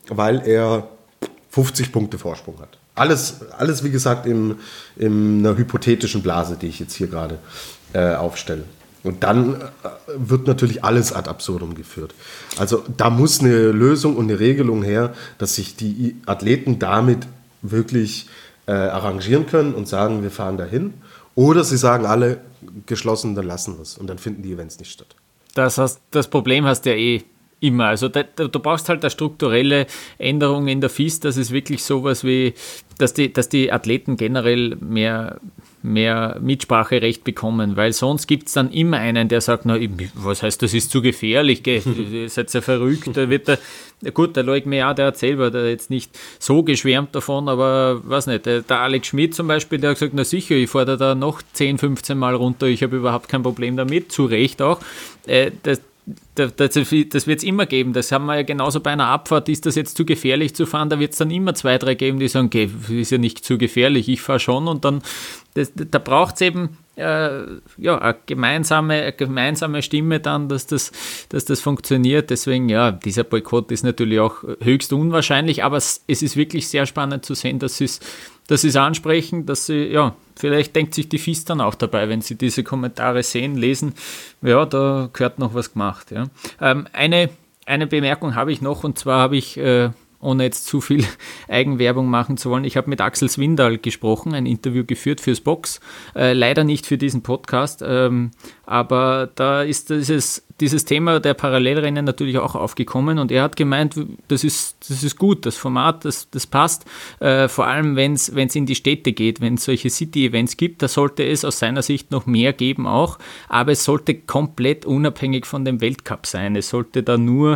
weil er fünfzig Punkte Vorsprung hat. Alles, alles wie gesagt, in, in einer hypothetischen Blase, die ich jetzt hier gerade äh, aufstelle. Und dann äh, wird natürlich alles ad absurdum geführt. Also da muss eine Lösung und eine Regelung her, dass sich die Athleten damit wirklich äh, arrangieren können und sagen, wir fahren dahin. Oder sie sagen alle geschlossen, dann lassen wir es. Und dann finden die Events nicht statt. Das, hast, das Problem hast du ja eh immer. Also da, da, du brauchst halt eine strukturelle Änderung in der F I S, dass es wirklich sowas wie, dass die, dass die Athleten generell mehr, mehr Mitspracherecht bekommen, weil sonst gibt es dann immer einen, der sagt, na, was heißt, das ist zu gefährlich, gell? Ihr seid ja verrückt, da wird der, gut, der Loic Meillard, der hat selber der jetzt nicht so geschwärmt davon, aber weiß nicht, der, der Alex Schmidt zum Beispiel, der hat gesagt, na sicher, ich fahre da noch zehn, fünfzehn Mal runter, ich habe überhaupt kein Problem damit, zu Recht auch. Äh, das, Das, das wird es immer geben. Das haben wir ja genauso bei einer Abfahrt. Ist das jetzt zu gefährlich zu fahren? Da wird es dann immer zwei, drei geben, die sagen, okay, ist ja nicht zu gefährlich, ich fahre schon. Und dann, das, da braucht es eben äh, ja, eine, gemeinsame, eine gemeinsame Stimme dann, dass das, dass das funktioniert. Deswegen, ja, dieser Boykott ist natürlich auch höchst unwahrscheinlich, aber es, es ist wirklich sehr spannend zu sehen, dass sie es dass sie es ansprechen, dass sie, ja, vielleicht denkt sich die F I S dann auch dabei, wenn sie diese Kommentare sehen, lesen, ja, da gehört noch was gemacht. Ja. Ähm, eine, eine Bemerkung habe ich noch, und zwar habe ich, äh, ohne jetzt zu viel Eigenwerbung machen zu wollen, ich habe mit Axel Swindal gesprochen, ein Interview geführt fürs Box, äh, leider nicht für diesen Podcast, ähm, aber da ist dieses, dieses Thema der Parallelrennen natürlich auch aufgekommen, und er hat gemeint, das ist, das ist gut, das Format, das, das passt, äh, vor allem wenn es in die Städte geht, wenn es solche City-Events gibt, da sollte es aus seiner Sicht noch mehr geben auch, aber es sollte komplett unabhängig von dem Weltcup sein, es sollte da nur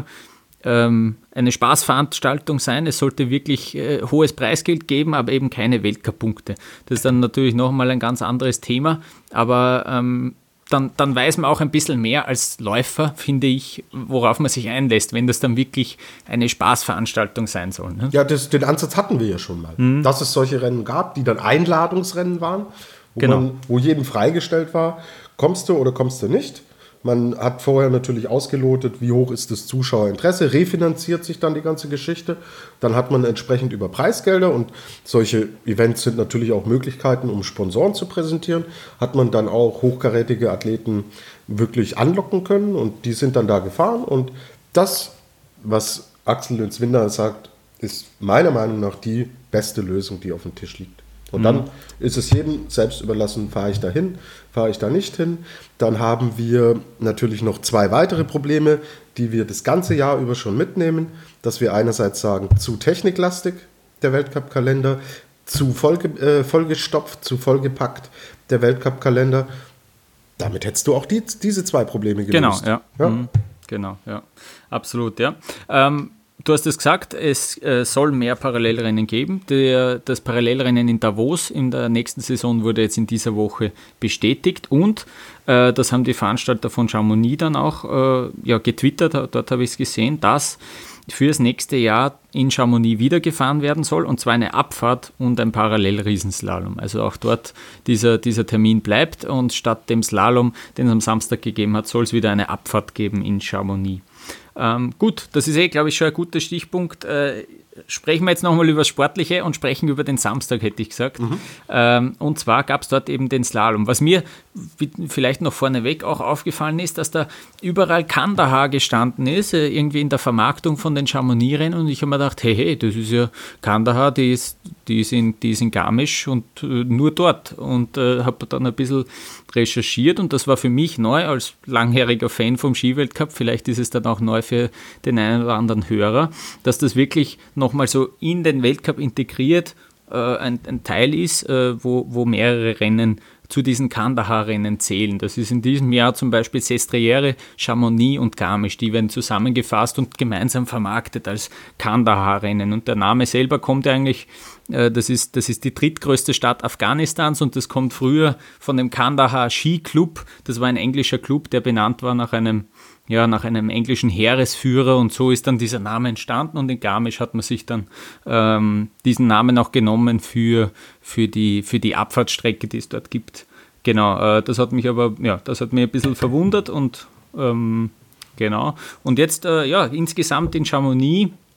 eine Spaßveranstaltung sein. Es sollte wirklich äh, hohes Preisgeld geben, aber eben keine Weltcup-Punkte. Das ist dann natürlich nochmal ein ganz anderes Thema, aber ähm, dann, dann weiß man auch ein bisschen mehr als Läufer, finde ich, worauf man sich einlässt, wenn das dann wirklich eine Spaßveranstaltung sein soll. Ne? Ja, das, den Ansatz hatten wir ja schon mal. Mhm. Dass es solche Rennen gab, die dann Einladungsrennen waren, wo, genau. man, wo jedem freigestellt war, kommst du oder kommst du nicht. Man hat vorher natürlich ausgelotet, wie hoch ist das Zuschauerinteresse, refinanziert sich dann die ganze Geschichte. Dann hat man entsprechend über Preisgelder, und solche Events sind natürlich auch Möglichkeiten, um Sponsoren zu präsentieren, hat man dann auch hochkarätige Athleten wirklich anlocken können, und die sind dann da gefahren. Und das, was Axel Swindal sagt, ist meiner Meinung nach die beste Lösung, die auf dem Tisch liegt. Und dann ist es jedem selbst überlassen, fahre ich da hin, fahre ich da nicht hin. Dann haben wir natürlich noch zwei weitere Probleme, die wir das ganze Jahr über schon mitnehmen, dass wir einerseits sagen, zu techniklastig der Weltcup-Kalender, zu vollge, äh, vollgestopft, zu vollgepackt der Weltcup-Kalender. Damit hättest du auch die, diese zwei Probleme gelöst. Genau, ja. ja? Mhm. Genau, ja. Absolut, ja. Ähm, Du hast es gesagt, es äh, soll mehr Parallelrennen geben. Der, das Parallelrennen in Davos in der nächsten Saison wurde jetzt in dieser Woche bestätigt, und äh, das haben die Veranstalter von Chamonix dann auch äh, ja, getwittert, dort habe ich es gesehen, dass für das nächste Jahr in Chamonix wieder gefahren werden soll, und zwar eine Abfahrt und ein Parallel-Riesenslalom. Also auch dort dieser, dieser Termin bleibt, und statt dem Slalom, den es am Samstag gegeben hat, soll es wieder eine Abfahrt geben in Chamonix. Ähm, gut, das ist eh, glaube ich, schon ein guter Stichpunkt. Äh, sprechen wir jetzt nochmal über das Sportliche und sprechen über den Samstag, hätte ich gesagt. Mhm. Ähm, und zwar gab es dort eben den Slalom. Was mir vielleicht noch vorneweg auch aufgefallen ist, dass da überall Kandahar gestanden ist, äh, irgendwie in der Vermarktung von den Chamonix-Rennen, und ich habe mir gedacht, hey, hey, das ist ja Kandahar, die ist, die ist, in, die ist in Garmisch und äh, nur dort. Und äh, habe dann ein bisschen recherchiert, und das war für mich neu als langjähriger Fan vom Skiweltcup, vielleicht ist es dann auch neu für den einen oder anderen Hörer, dass das wirklich nochmal so in den Weltcup integriert äh, ein, ein Teil ist, äh, wo, wo mehrere Rennen zu diesen Kandahar-Rennen zählen. Das ist in diesem Jahr zum Beispiel Sestriere, Chamonix und Garmisch. Die werden zusammengefasst und gemeinsam vermarktet als Kandahar-Rennen. Und der Name selber kommt ja eigentlich, äh, das ist, das ist die drittgrößte Stadt Afghanistans, und das kommt früher von dem Kandahar Ski Club. Das war ein englischer Club, der benannt war nach einem Ja, nach einem englischen Heeresführer, und so ist dann dieser Name entstanden, und in Garmisch hat man sich dann ähm, diesen Namen auch genommen für, für, die, für die Abfahrtsstrecke, die es dort gibt. Genau, äh, das hat mich aber, ja, das hat mich ein bisschen verwundert, und ähm, genau. Und jetzt, äh, ja, insgesamt in Chamonix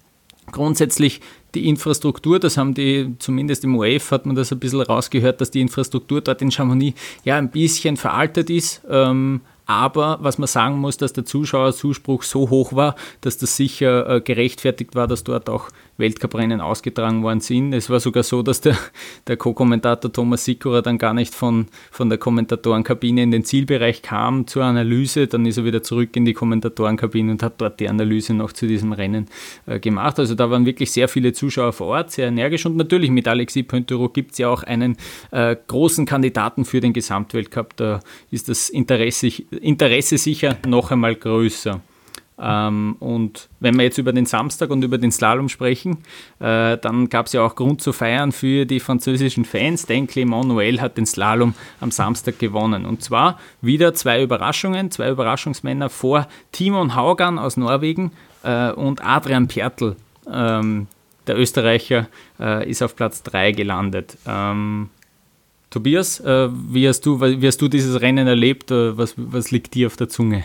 grundsätzlich die Infrastruktur, das haben die, zumindest im O R F hat man das ein bisschen rausgehört, dass die Infrastruktur dort in Chamonix ja ein bisschen veraltet ist, ähm, aber was man sagen muss, dass der Zuschauerzuspruch so hoch war, dass das sicher äh, gerechtfertigt war, dass dort auch Weltcuprennen ausgetragen worden sind. Es war sogar so, dass der, der Co-Kommentator Thomas Sikora dann gar nicht von, von der Kommentatorenkabine in den Zielbereich kam zur Analyse, dann ist er wieder zurück in die Kommentatorenkabine und hat dort die Analyse noch zu diesem Rennen äh, gemacht. Also da waren wirklich sehr viele Zuschauer vor Ort, sehr energisch und natürlich mit Alexis Pointerot gibt es ja auch einen äh, großen Kandidaten für den Gesamtweltcup. Da ist das Interesse, Interesse sicher noch einmal größer. Ähm, und wenn wir jetzt über den Samstag und über den Slalom sprechen, äh, dann gab es ja auch Grund zu feiern für die französischen Fans, denn Clément Noël hat den Slalom am Samstag gewonnen. Und zwar wieder zwei Überraschungen, zwei Überraschungsmänner vor Timon Haugan aus Norwegen äh, und Adrian Pertl, ähm, der Österreicher, äh, ist auf Platz drei gelandet. Ähm, Tobias, äh, wie, hast du, wie hast du dieses Rennen erlebt? Äh, was, was liegt dir auf der Zunge?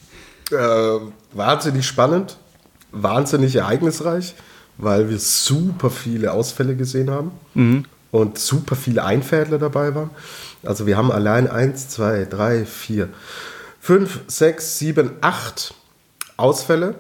Äh, wahnsinnig spannend, wahnsinnig ereignisreich, weil wir super viele Ausfälle gesehen haben mhm. und super viele Einfädler dabei waren. Also wir haben allein eins, zwei, drei, vier, fünf, sechs, sieben, acht Ausfälle,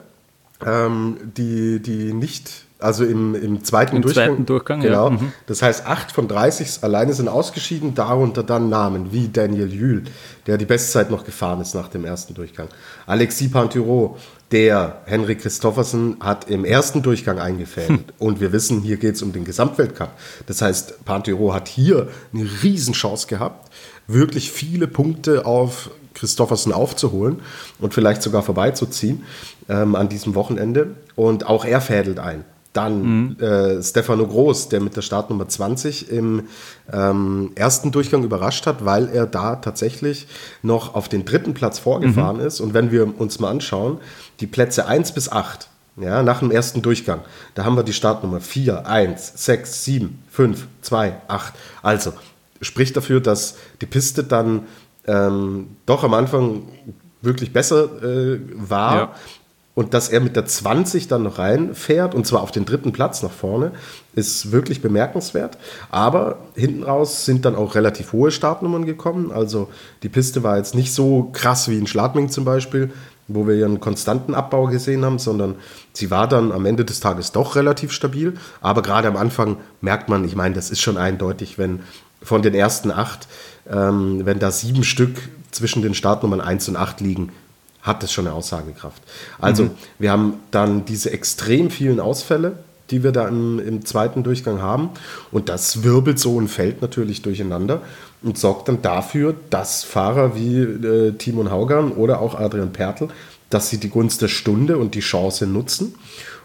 ähm, die, die nicht, also im, im zweiten Im Durchgang. zweiten Durchgang, genau. Ja. Mhm. Das heißt, acht von dreißig alleine sind ausgeschieden, darunter dann Namen wie Daniel Juhl, der die Bestzeit noch gefahren ist nach dem ersten Durchgang. Alexis Pointerot, der Henrik Kristoffersen hat im ersten Durchgang eingefädelt. Hm. Und wir wissen, hier geht es um den Gesamtweltcup. Das heißt, Pointerot hat hier eine Riesenchance gehabt, wirklich viele Punkte auf Kristoffersen aufzuholen und vielleicht sogar vorbeizuziehen ähm, an diesem Wochenende. Und auch er fädelt ein. Dann mhm. äh, Stefano Groß, der mit der Startnummer zwanzig im ähm, ersten Durchgang überrascht hat, weil er da tatsächlich noch auf den dritten Platz vorgefahren mhm. ist. Und wenn wir uns mal anschauen, die Plätze eins bis acht, ja, nach dem ersten Durchgang, da haben wir die Startnummer vier, eins, sechs, sieben, fünf, zwei, acht. Also spricht dafür, dass die Piste dann ähm, doch am Anfang wirklich besser äh, war. Ja. Und dass er mit der zwanzig dann noch reinfährt, und zwar auf den dritten Platz nach vorne, ist wirklich bemerkenswert. Aber hinten raus sind dann auch relativ hohe Startnummern gekommen. Also die Piste war jetzt nicht so krass wie in Schladming zum Beispiel, wo wir ja einen konstanten Abbau gesehen haben, sondern sie war dann am Ende des Tages doch relativ stabil. Aber gerade am Anfang merkt man, ich meine, das ist schon eindeutig, wenn von den ersten acht, ähm, wenn da sieben Stück zwischen den Startnummern eins und acht liegen, hat das schon eine Aussagekraft. Also mhm. wir haben dann diese extrem vielen Ausfälle, die wir da im, im zweiten Durchgang haben. Und das wirbelt so ein Feld natürlich durcheinander und sorgt dann dafür, dass Fahrer wie äh, Timon Haugan oder auch Adrian Pertl, dass sie die Gunst der Stunde und die Chance nutzen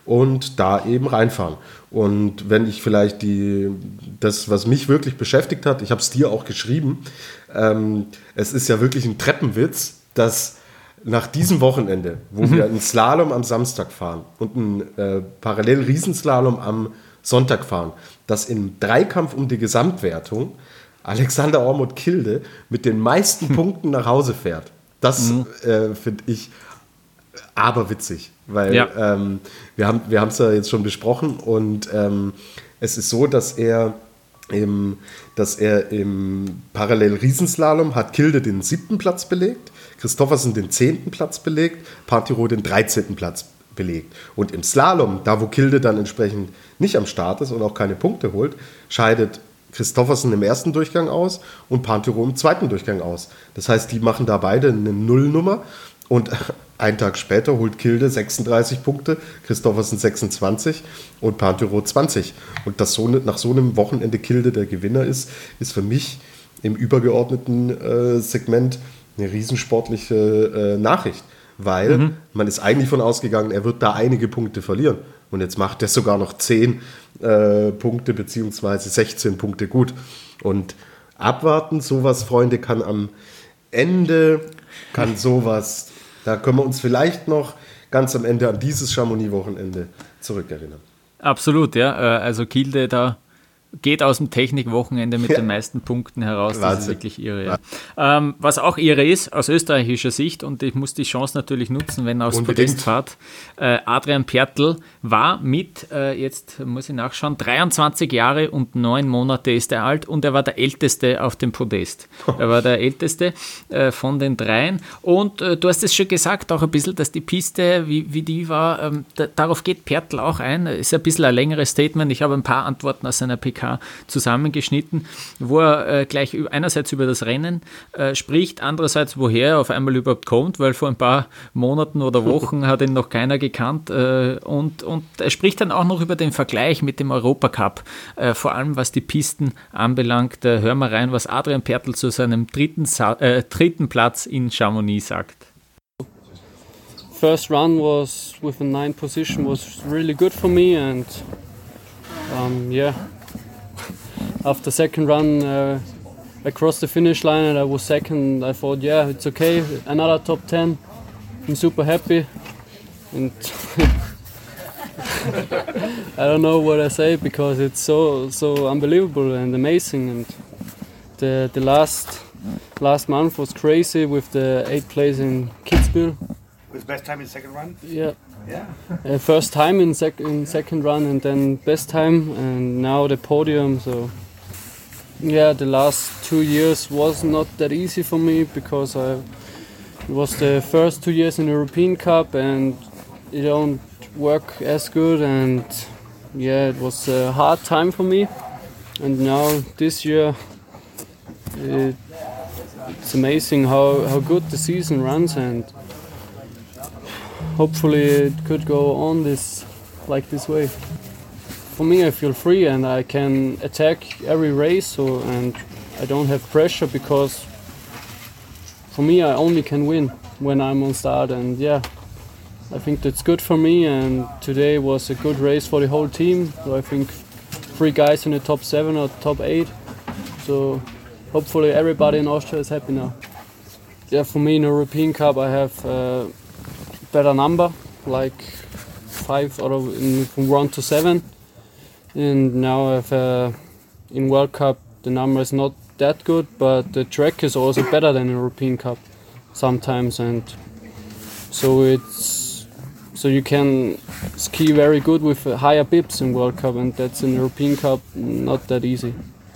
und da eben reinfahren. Und wenn ich vielleicht die, das, was mich wirklich beschäftigt hat, ich habe es dir auch geschrieben, ähm, es ist ja wirklich ein Treppenwitz, dass nach diesem Wochenende, wo mhm. wir einen Slalom am Samstag fahren und einen äh, Parallel-Riesenslalom am Sonntag fahren, dass im Dreikampf um die Gesamtwertung Alexander Ormod Kilde mit den meisten mhm. Punkten nach Hause fährt. Das mhm. äh, finde ich aberwitzig, weil ja. ähm, wir haben wir haben es ja jetzt schon besprochen und ähm, es ist so, dass er im, dass er im Parallel-Riesenslalom hat Kilde den siebten Platz belegt, Kristoffersen den zehnten Platz belegt, Pointerot den dreizehnten Platz belegt. Und im Slalom, da wo Kilde dann entsprechend nicht am Start ist und auch keine Punkte holt, scheidet Kristoffersen im ersten Durchgang aus und Pointerot im zweiten Durchgang aus. Das heißt, die machen da beide eine Nullnummer und einen Tag später holt Kilde sechsunddreißig Punkte, Kristoffersen sechsundzwanzig und Pointerot zwanzig. Und dass so nach so einem Wochenende Kilde der Gewinner ist, ist für mich im übergeordneten äh, Segment eine riesensportliche äh, Nachricht, weil mhm. man ist eigentlich von ausgegangen, er wird da einige Punkte verlieren. Und jetzt macht er sogar noch zehn äh, Punkte beziehungsweise sechzehn Punkte gut. Und abwarten, sowas, Freunde, kann am Ende, kann sowas, da können wir uns vielleicht noch ganz am Ende an dieses Chamonix-Wochenende zurückerinnern. Absolut, ja. Also Kilde da geht aus dem Technikwochenende mit ja. den meisten Punkten heraus. Das Wahnsinn. Ist wirklich irre. Ja. Ähm, was auch irre ist, aus österreichischer Sicht, und ich muss die Chance natürlich nutzen, wenn er aufs Podest fährt, äh, Adrian Pertl war mit, äh, jetzt muss ich nachschauen, dreiundzwanzig Jahre und neun Monate ist er alt und er war der Älteste auf dem Podest. Er war der Älteste äh, von den dreien und äh, du hast es schon gesagt, auch ein bisschen, dass die Piste, wie, wie die war, ähm, da, darauf geht Pertl auch ein. Ist ein bisschen ein längeres Statement. Ich habe ein paar Antworten aus seiner P K zusammengeschnitten, wo er äh, gleich einerseits über das Rennen äh, spricht, andererseits woher er auf einmal überhaupt kommt, weil vor ein paar Monaten oder Wochen hat ihn noch keiner gekannt äh, und, und er spricht dann auch noch über den Vergleich mit dem Europacup, äh, vor allem was die Pisten anbelangt. Äh, hör mal rein, was Adrian Pertl zu seinem dritten, Sa- äh, dritten Platz in Chamonix sagt. First run was with a ninth position was really good for me and um, yeah. After second run, uh, I crossed the finish line and I was second. I thought, yeah, it's okay, another top ten. I'm super happy. And I don't know what I say because it's so so unbelievable and amazing. And the the last last month was crazy with the eighth place in Kitzbühel. Was best time in second run? Yeah. Yeah. Uh, first time in, sec- in second run and then best time and now the podium. So yeah, the last two years was not that easy for me because I it was the first two years in the European Cup and it don't work as good and yeah, it was a hard time for me. And now this year it, it's amazing how, how good the season runs and hopefully it could go on this like this way. For me, I feel free and I can attack every race, so, and I don't have pressure because for me I only can win when I'm on start. And yeah, I think that's good for me. And today was a good race for the whole team. So I think three guys in the top seven or top eight. So hopefully everybody in Austria is happy now. Yeah, for me in the European Cup I have. Uh, better number, like five out of in, from one to seven, and now I've uh, in World Cup the number is not that good, but the track is also better than European Cup sometimes, and so it's so you can ski very good with higher bips in World Cup, and that's in European Cup not that easy.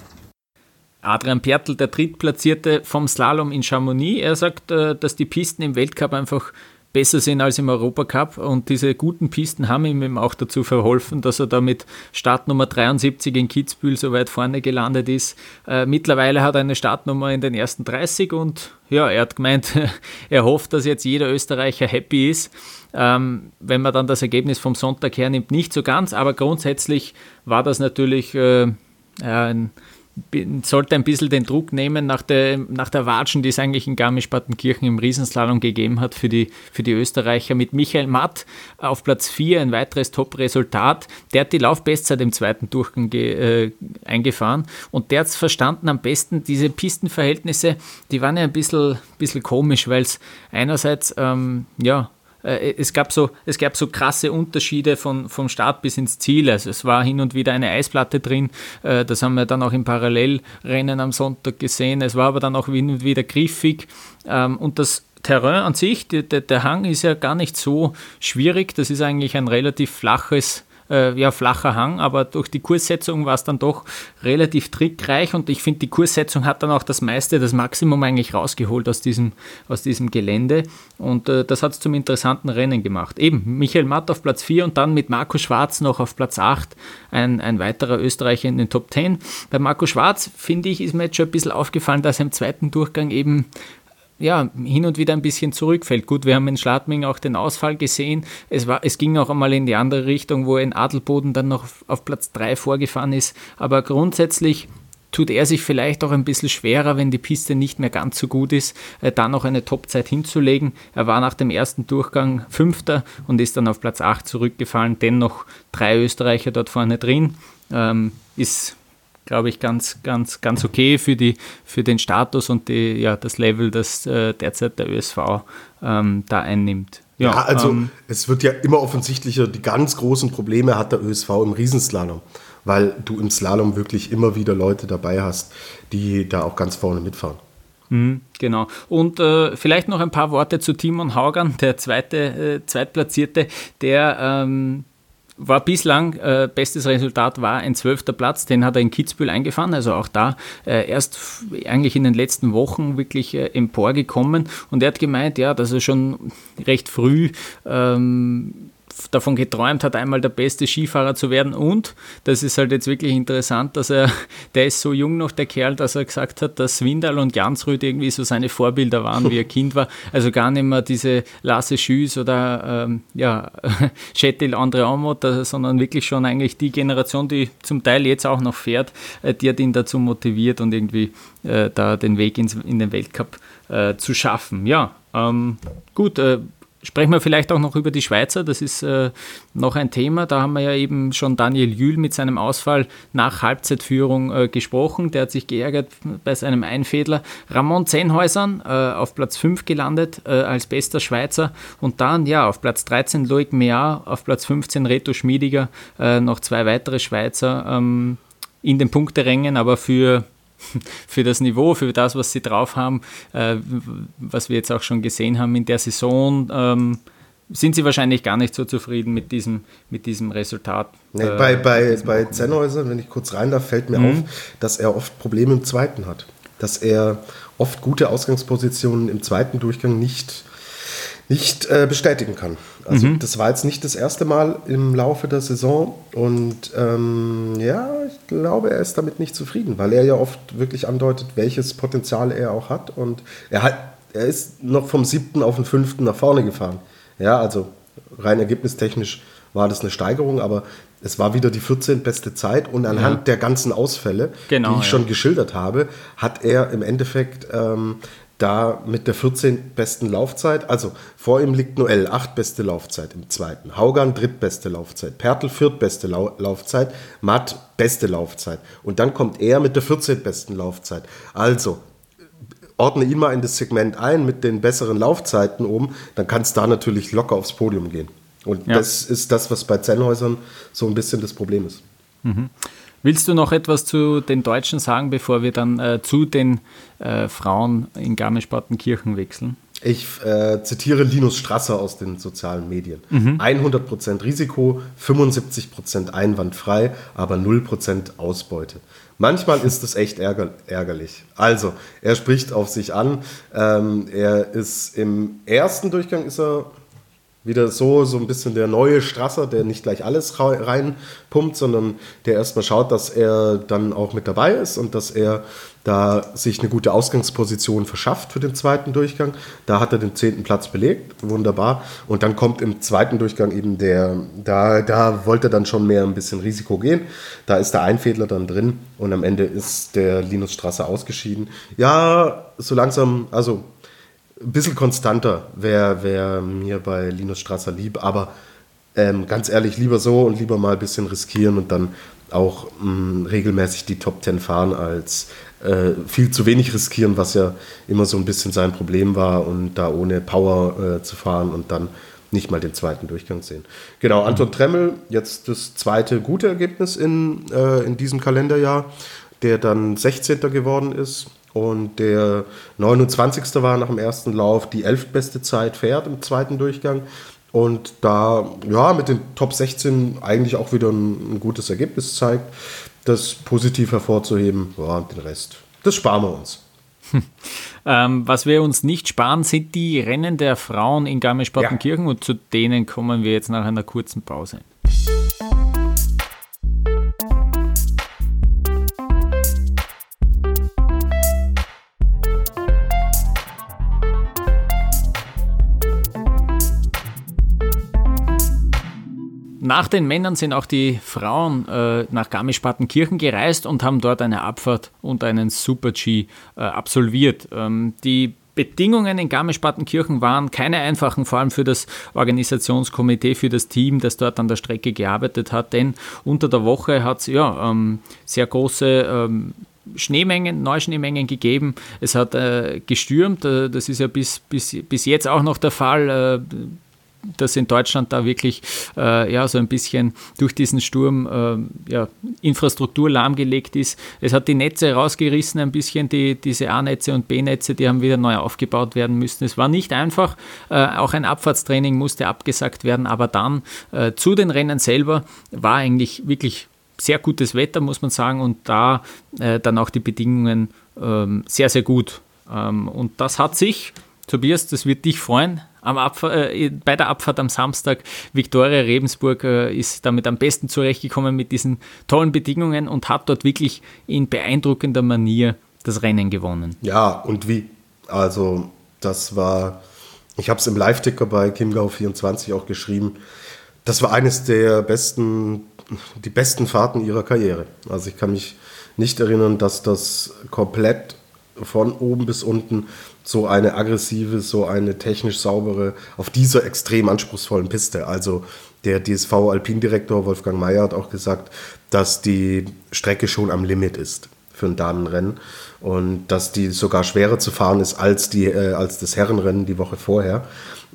Adrian Pertl, der Drittplatzierte vom Slalom in Chamonix, er sagt, dass die Pisten im Weltcup einfach besser sind als im Europacup und diese guten Pisten haben ihm eben auch dazu verholfen, dass er da mit Startnummer dreiundsiebzig in Kitzbühel so weit vorne gelandet ist. Äh, mittlerweile hat er eine Startnummer in den ersten dreißig und ja, er hat gemeint, er hofft, dass jetzt jeder Österreicher happy ist. Ähm, wenn man dann das Ergebnis vom Sonntag hernimmt, nicht so ganz, aber grundsätzlich war das natürlich äh, ein sollte ein bisschen den Druck nehmen nach der, nach der Watschen, die es eigentlich in Garmisch-Partenkirchen im Riesenslalom gegeben hat für die, für die Österreicher. Mit Michael Matt auf Platz vier, ein weiteres Top-Resultat. Der hat die Laufbestzeit im zweiten Durchgang ge, äh, eingefahren und der hat es verstanden am besten. Diese Pistenverhältnisse, die waren ja ein bisschen, bisschen komisch, weil es einerseits, ähm, ja, Es gab, so, es gab so krasse Unterschiede von, vom Start bis ins Ziel. Also es war hin und wieder eine Eisplatte drin. Das haben wir dann auch im Parallelrennen am Sonntag gesehen. Es war aber dann auch hin und wieder griffig. Und das Terrain an sich, der, der Hang ist ja gar nicht so schwierig. Das ist eigentlich ein relativ flaches Äh, ja, flacher Hang, aber durch die Kurssetzung war es dann doch relativ trickreich und ich finde, die Kurssetzung hat dann auch das meiste, das Maximum eigentlich rausgeholt aus diesem, aus diesem Gelände und äh, das hat es zum interessanten Rennen gemacht. Eben, Michael Matt auf Platz vier und dann mit Marco Schwarz noch auf Platz acht, ein, ein weiterer Österreicher in den Top zehn. Bei Marco Schwarz, finde ich, ist mir jetzt schon ein bisschen aufgefallen, dass er im zweiten Durchgang eben ja, hin und wieder ein bisschen zurückfällt. Gut, wir haben in Schladming auch den Ausfall gesehen. Es, war, es ging auch einmal in die andere Richtung, wo er in Adelboden dann noch auf Platz drei vorgefahren ist. Aber grundsätzlich tut er sich vielleicht auch ein bisschen schwerer, wenn die Piste nicht mehr ganz so gut ist, äh, da noch eine Topzeit hinzulegen. Er war nach dem ersten Durchgang Fünfter und ist dann auf Platz acht zurückgefallen. Dennoch drei Österreicher dort vorne drin. Ähm, ist glaube ich, ganz, ganz, ganz okay für, die, für den Status und die, ja, das Level, das äh, derzeit der Ö S V ähm, da einnimmt. Ja, ja also ähm, es wird ja immer offensichtlicher, die ganz großen Probleme hat der Ö S V im Riesenslalom. weil du im Slalom wirklich immer wieder Leute dabei hast, die da auch ganz vorne mitfahren. Mhm, genau. Und äh, vielleicht noch ein paar Worte zu Timon Haugan, der zweite, äh, Zweitplatzierte, der ähm, war bislang, äh, bestes Resultat war ein zwölfter Platz, den hat er in Kitzbühel eingefahren, also auch da äh, erst f- eigentlich in den letzten Wochen wirklich äh, emporgekommen, und er hat gemeint, ja, dass er schon recht früh ähm, davon geträumt hat, einmal der beste Skifahrer zu werden, und das ist halt jetzt wirklich interessant, dass er, der ist so jung noch, der Kerl, dass er gesagt hat, dass Swindal und Jansrud irgendwie so seine Vorbilder waren, wie er Kind war, also gar nicht mehr diese Lasse Schüs oder ähm, ja, Kjetil Andre Amot, sondern wirklich schon eigentlich die Generation, die zum Teil jetzt auch noch fährt, äh, die hat ihn dazu motiviert und irgendwie äh, da den Weg ins, in den Weltcup äh, zu schaffen. Ja, ähm, gut, äh, sprechen wir vielleicht auch noch über die Schweizer, das ist äh, noch ein Thema, da haben wir ja eben schon Daniel Jühl mit seinem Ausfall nach Halbzeitführung äh, gesprochen, der hat sich geärgert bei seinem Einfädler. Ramon Zenhäusern äh, auf Platz fünf gelandet äh, als bester Schweizer, und dann ja auf Platz dreizehn Loic Meillard, auf Platz fünfzehn Reto Schmiediger, äh, noch zwei weitere Schweizer ähm, in den Punkterängen, aber für für das Niveau, für das, was sie drauf haben, äh, was wir jetzt auch schon gesehen haben in der Saison, ähm, sind sie wahrscheinlich gar nicht so zufrieden mit diesem, mit diesem Resultat. Nee, äh, bei bei, bei Zenhäuser, wenn ich kurz rein darf, fällt mir Mhm. auf, dass er oft Probleme im zweiten hat. Dass er oft gute Ausgangspositionen im zweiten Durchgang nicht, nicht äh, bestätigen kann. Also Mhm. das war jetzt nicht das erste Mal im Laufe der Saison, und ähm, ja, ich glaube, er ist damit nicht zufrieden, weil er ja oft wirklich andeutet, welches Potenzial er auch hat, und er hat, er ist noch vom siebten auf den fünften nach vorne gefahren. Ja, also rein ergebnistechnisch war das eine Steigerung, aber es war wieder die vierzehnte beste Zeit, und anhand Ja. der ganzen Ausfälle, Genau, die ich ja. schon geschildert habe, hat er im Endeffekt ähm, da mit der vierzehnten besten Laufzeit, also vor ihm liegt Noel, acht beste Laufzeit im zweiten, Haugan drittbeste Laufzeit, Pertl viertbeste Lau- Laufzeit, Matt beste Laufzeit, und dann kommt er mit der vierzehnten besten Laufzeit. Also ordne ihn mal in das Segment ein mit den besseren Laufzeiten oben, dann kann es da natürlich locker aufs Podium gehen. Und Ja. das ist das, was bei Zenhäusern so ein bisschen das Problem ist. Willst du noch etwas zu den Deutschen sagen, bevor wir dann äh, zu den äh, Frauen in Garmisch-Partenkirchen wechseln? Ich äh, zitiere Linus Strasser aus den sozialen Medien. Mhm. hundert Prozent Risiko, fünfundsiebzig Prozent einwandfrei, aber null Prozent Ausbeute. Manchmal ist es echt ärger, ärgerlich. Also, er spricht auf sich an. Ähm, er ist im ersten Durchgang ist er wieder so, so ein bisschen der neue Strasser, der nicht gleich alles reinpumpt, sondern der erstmal schaut, dass er dann auch mit dabei ist und dass er da sich eine gute Ausgangsposition verschafft für den zweiten Durchgang. Da hat er den zehnten Platz belegt, wunderbar. Und dann kommt im zweiten Durchgang eben der, da, da wollte er dann schon mehr ein bisschen Risiko gehen. Da ist der Einfädler dann drin, und am Ende ist der Linus Strasser ausgeschieden. Ja, so langsam, also ein bisschen konstanter wäre wär mir bei Linus Strasser lieb, aber ähm, ganz ehrlich, lieber so und lieber mal ein bisschen riskieren und dann auch mh, regelmäßig die Top Ten fahren, als äh, viel zu wenig riskieren, was ja immer so ein bisschen sein Problem war, und da ohne Power äh, zu fahren und dann nicht mal den zweiten Durchgang sehen. Genau, Anton Tremmel, jetzt das zweite gute Ergebnis in, äh, in diesem Kalenderjahr, der dann sechzehnter geworden ist. Und der neunundzwanzigste war nach dem ersten Lauf, die elftbeste Zeit fährt im zweiten Durchgang. Und da, ja, mit den Top sechzehn eigentlich auch wieder ein, ein gutes Ergebnis zeigt, das positiv hervorzuheben. Ja, und den Rest, das sparen wir uns. Ähm, was wir uns nicht sparen, sind die Rennen der Frauen in Garmisch-Partenkirchen, ja. Und zu denen kommen wir jetzt nach einer kurzen Pause. Nach den Männern sind auch die Frauen äh, nach Garmisch-Partenkirchen gereist und haben dort eine Abfahrt und einen Super-G äh, absolviert. Ähm, die Bedingungen in Garmisch-Partenkirchen waren keine einfachen, vor allem für das Organisationskomitee, für das Team, das dort an der Strecke gearbeitet hat, denn unter der Woche hat es ja, ähm, sehr große ähm, Schneemengen, Neuschneemengen gegeben. Es hat äh, gestürmt, äh, das ist ja bis, bis, bis jetzt auch noch der Fall. Äh, dass in Deutschland da wirklich äh, ja, so ein bisschen durch diesen Sturm äh, ja, Infrastruktur lahmgelegt ist. Es hat die Netze rausgerissen ein bisschen, die, diese A-Netze und B-Netze, die haben wieder neu aufgebaut werden müssen. Es war nicht einfach, äh, auch ein Abfahrtstraining musste abgesagt werden, aber dann äh, zu den Rennen selber war eigentlich wirklich sehr gutes Wetter, muss man sagen, und da äh, dann auch die Bedingungen ähm, sehr, sehr gut. Ähm, und das hat sich, Tobias, das wird dich freuen, am Abfahr- äh, bei der Abfahrt am Samstag, Viktoria Rebensburg äh, ist damit am besten zurechtgekommen mit diesen tollen Bedingungen und hat dort wirklich in beeindruckender Manier das Rennen gewonnen. Ja, und wie? Also das war, ich habe es im Live-Ticker bei Chiemgau vierundzwanzig auch geschrieben, das war eines der besten, die besten Fahrten ihrer Karriere. Also ich kann mich nicht erinnern, dass das komplett von oben bis unten so eine aggressive, so eine technisch saubere, auf dieser extrem anspruchsvollen Piste. Also der D S V-Alpindirektor Wolfgang Mayer hat auch gesagt, dass die Strecke schon am Limit ist für ein Damenrennen und dass die sogar schwerer zu fahren ist als, die, äh, als das Herrenrennen die Woche vorher.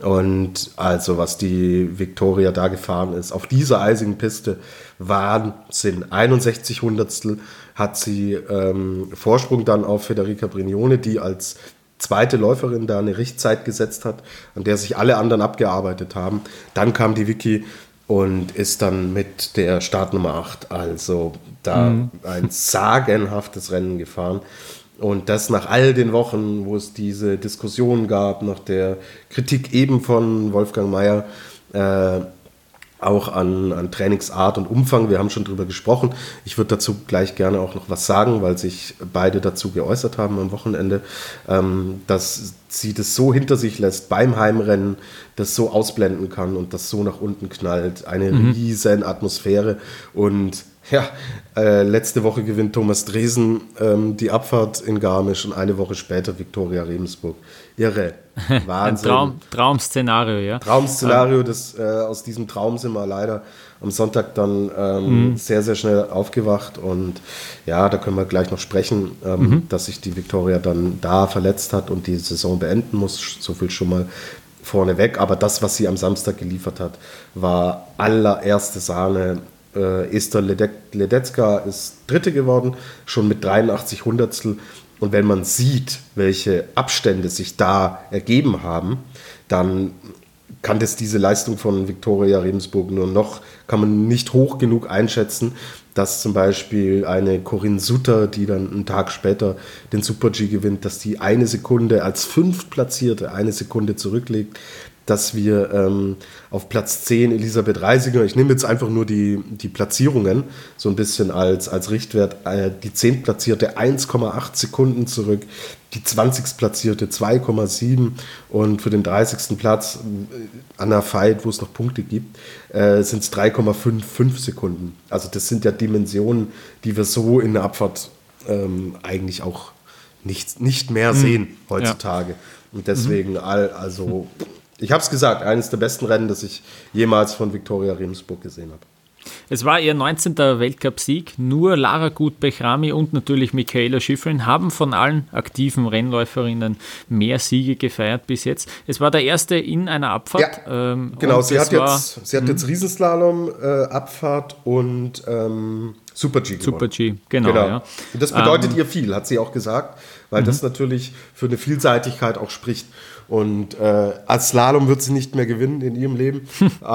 Und also was die Viktoria da gefahren ist, auf dieser eisigen Piste, Wahnsinn. einundsechzig Hundertstel hat sie ähm, Vorsprung dann auf Federica Brignone, die als zweite Läuferin da eine Richtzeit gesetzt hat, an der sich alle anderen abgearbeitet haben. Dann kam die Vicky und ist dann mit der Startnummer acht, also da mhm. ein sagenhaftes Rennen gefahren. Und das nach all den Wochen, wo es diese Diskussion gab, nach der Kritik eben von Wolfgang Mayer, äh, auch an, an Trainingsart und Umfang. Wir haben schon drüber gesprochen. Ich würde dazu gleich gerne auch noch was sagen, weil sich beide dazu geäußert haben am Wochenende, ähm, dass sie das so hinter sich lässt beim Heimrennen, das so ausblenden kann und das so nach unten knallt. Eine mhm. riesen Atmosphäre und ja, äh, letzte Woche gewinnt Thomas Dresen ähm, die Abfahrt in Garmisch und eine Woche später Viktoria Rebensburg. Irre. Wahnsinn. Ein Traum, Traum-Szenario, ja. Traum-Szenario, das, äh, aus diesem Traum sind wir leider am Sonntag dann ähm, mhm. sehr, sehr schnell aufgewacht und ja, da können wir gleich noch sprechen, ähm, mhm. dass sich die Viktoria dann da verletzt hat und die Saison beenden muss, so viel schon mal vorneweg, aber das, was sie am Samstag geliefert hat, war allererste Sahne. Äh, Esther Ledetzka ist Dritte geworden, schon mit dreiundachtzig Hundertstel. Und wenn man sieht, welche Abstände sich da ergeben haben, dann kann das diese Leistung von Viktoria Rebensburg nur noch, kann man nicht hoch genug einschätzen, dass zum Beispiel eine Corinne Sutter, die dann einen Tag später den Super-G gewinnt, dass die eine Sekunde als Fünftplatzierte eine Sekunde zurücklegt, dass wir ähm, auf Platz zehn Elisabeth Reisinger, ich nehme jetzt einfach nur die, die Platzierungen, so ein bisschen als, als Richtwert, äh, die zehntplatzierte eins Komma acht Sekunden zurück, die zwanzigstplatzierte zwei Komma sieben und für den dreißigsten Platz äh, an der Veit, wo es noch Punkte gibt, äh, sind es drei Komma fünfundfünfzig Sekunden. Also das sind ja Dimensionen, die wir so in der Abfahrt ähm, eigentlich auch nicht, nicht mehr sehen mhm. heutzutage. Ja. Und deswegen, mhm. all, also... Ich habe es gesagt, eines der besten Rennen, das ich jemals von Viktoria Rebensburg gesehen habe. Es war ihr neunzehnter Weltcupsieg. Nur Lara Gut-Bechrami und natürlich Michaela Schifrin haben von allen aktiven Rennläuferinnen mehr Siege gefeiert bis jetzt. Es war der erste in einer Abfahrt. Ja, ähm, genau, sie hat, war, jetzt, sie hat jetzt Riesenslalom, äh, Abfahrt und ähm, Super-G gewonnen. Super-G, genau. genau. Ja. Und das bedeutet ähm, ihr viel, hat sie auch gesagt, weil mhm. das natürlich für eine Vielseitigkeit auch spricht. Und äh, als Slalom wird sie nicht mehr gewinnen in ihrem Leben,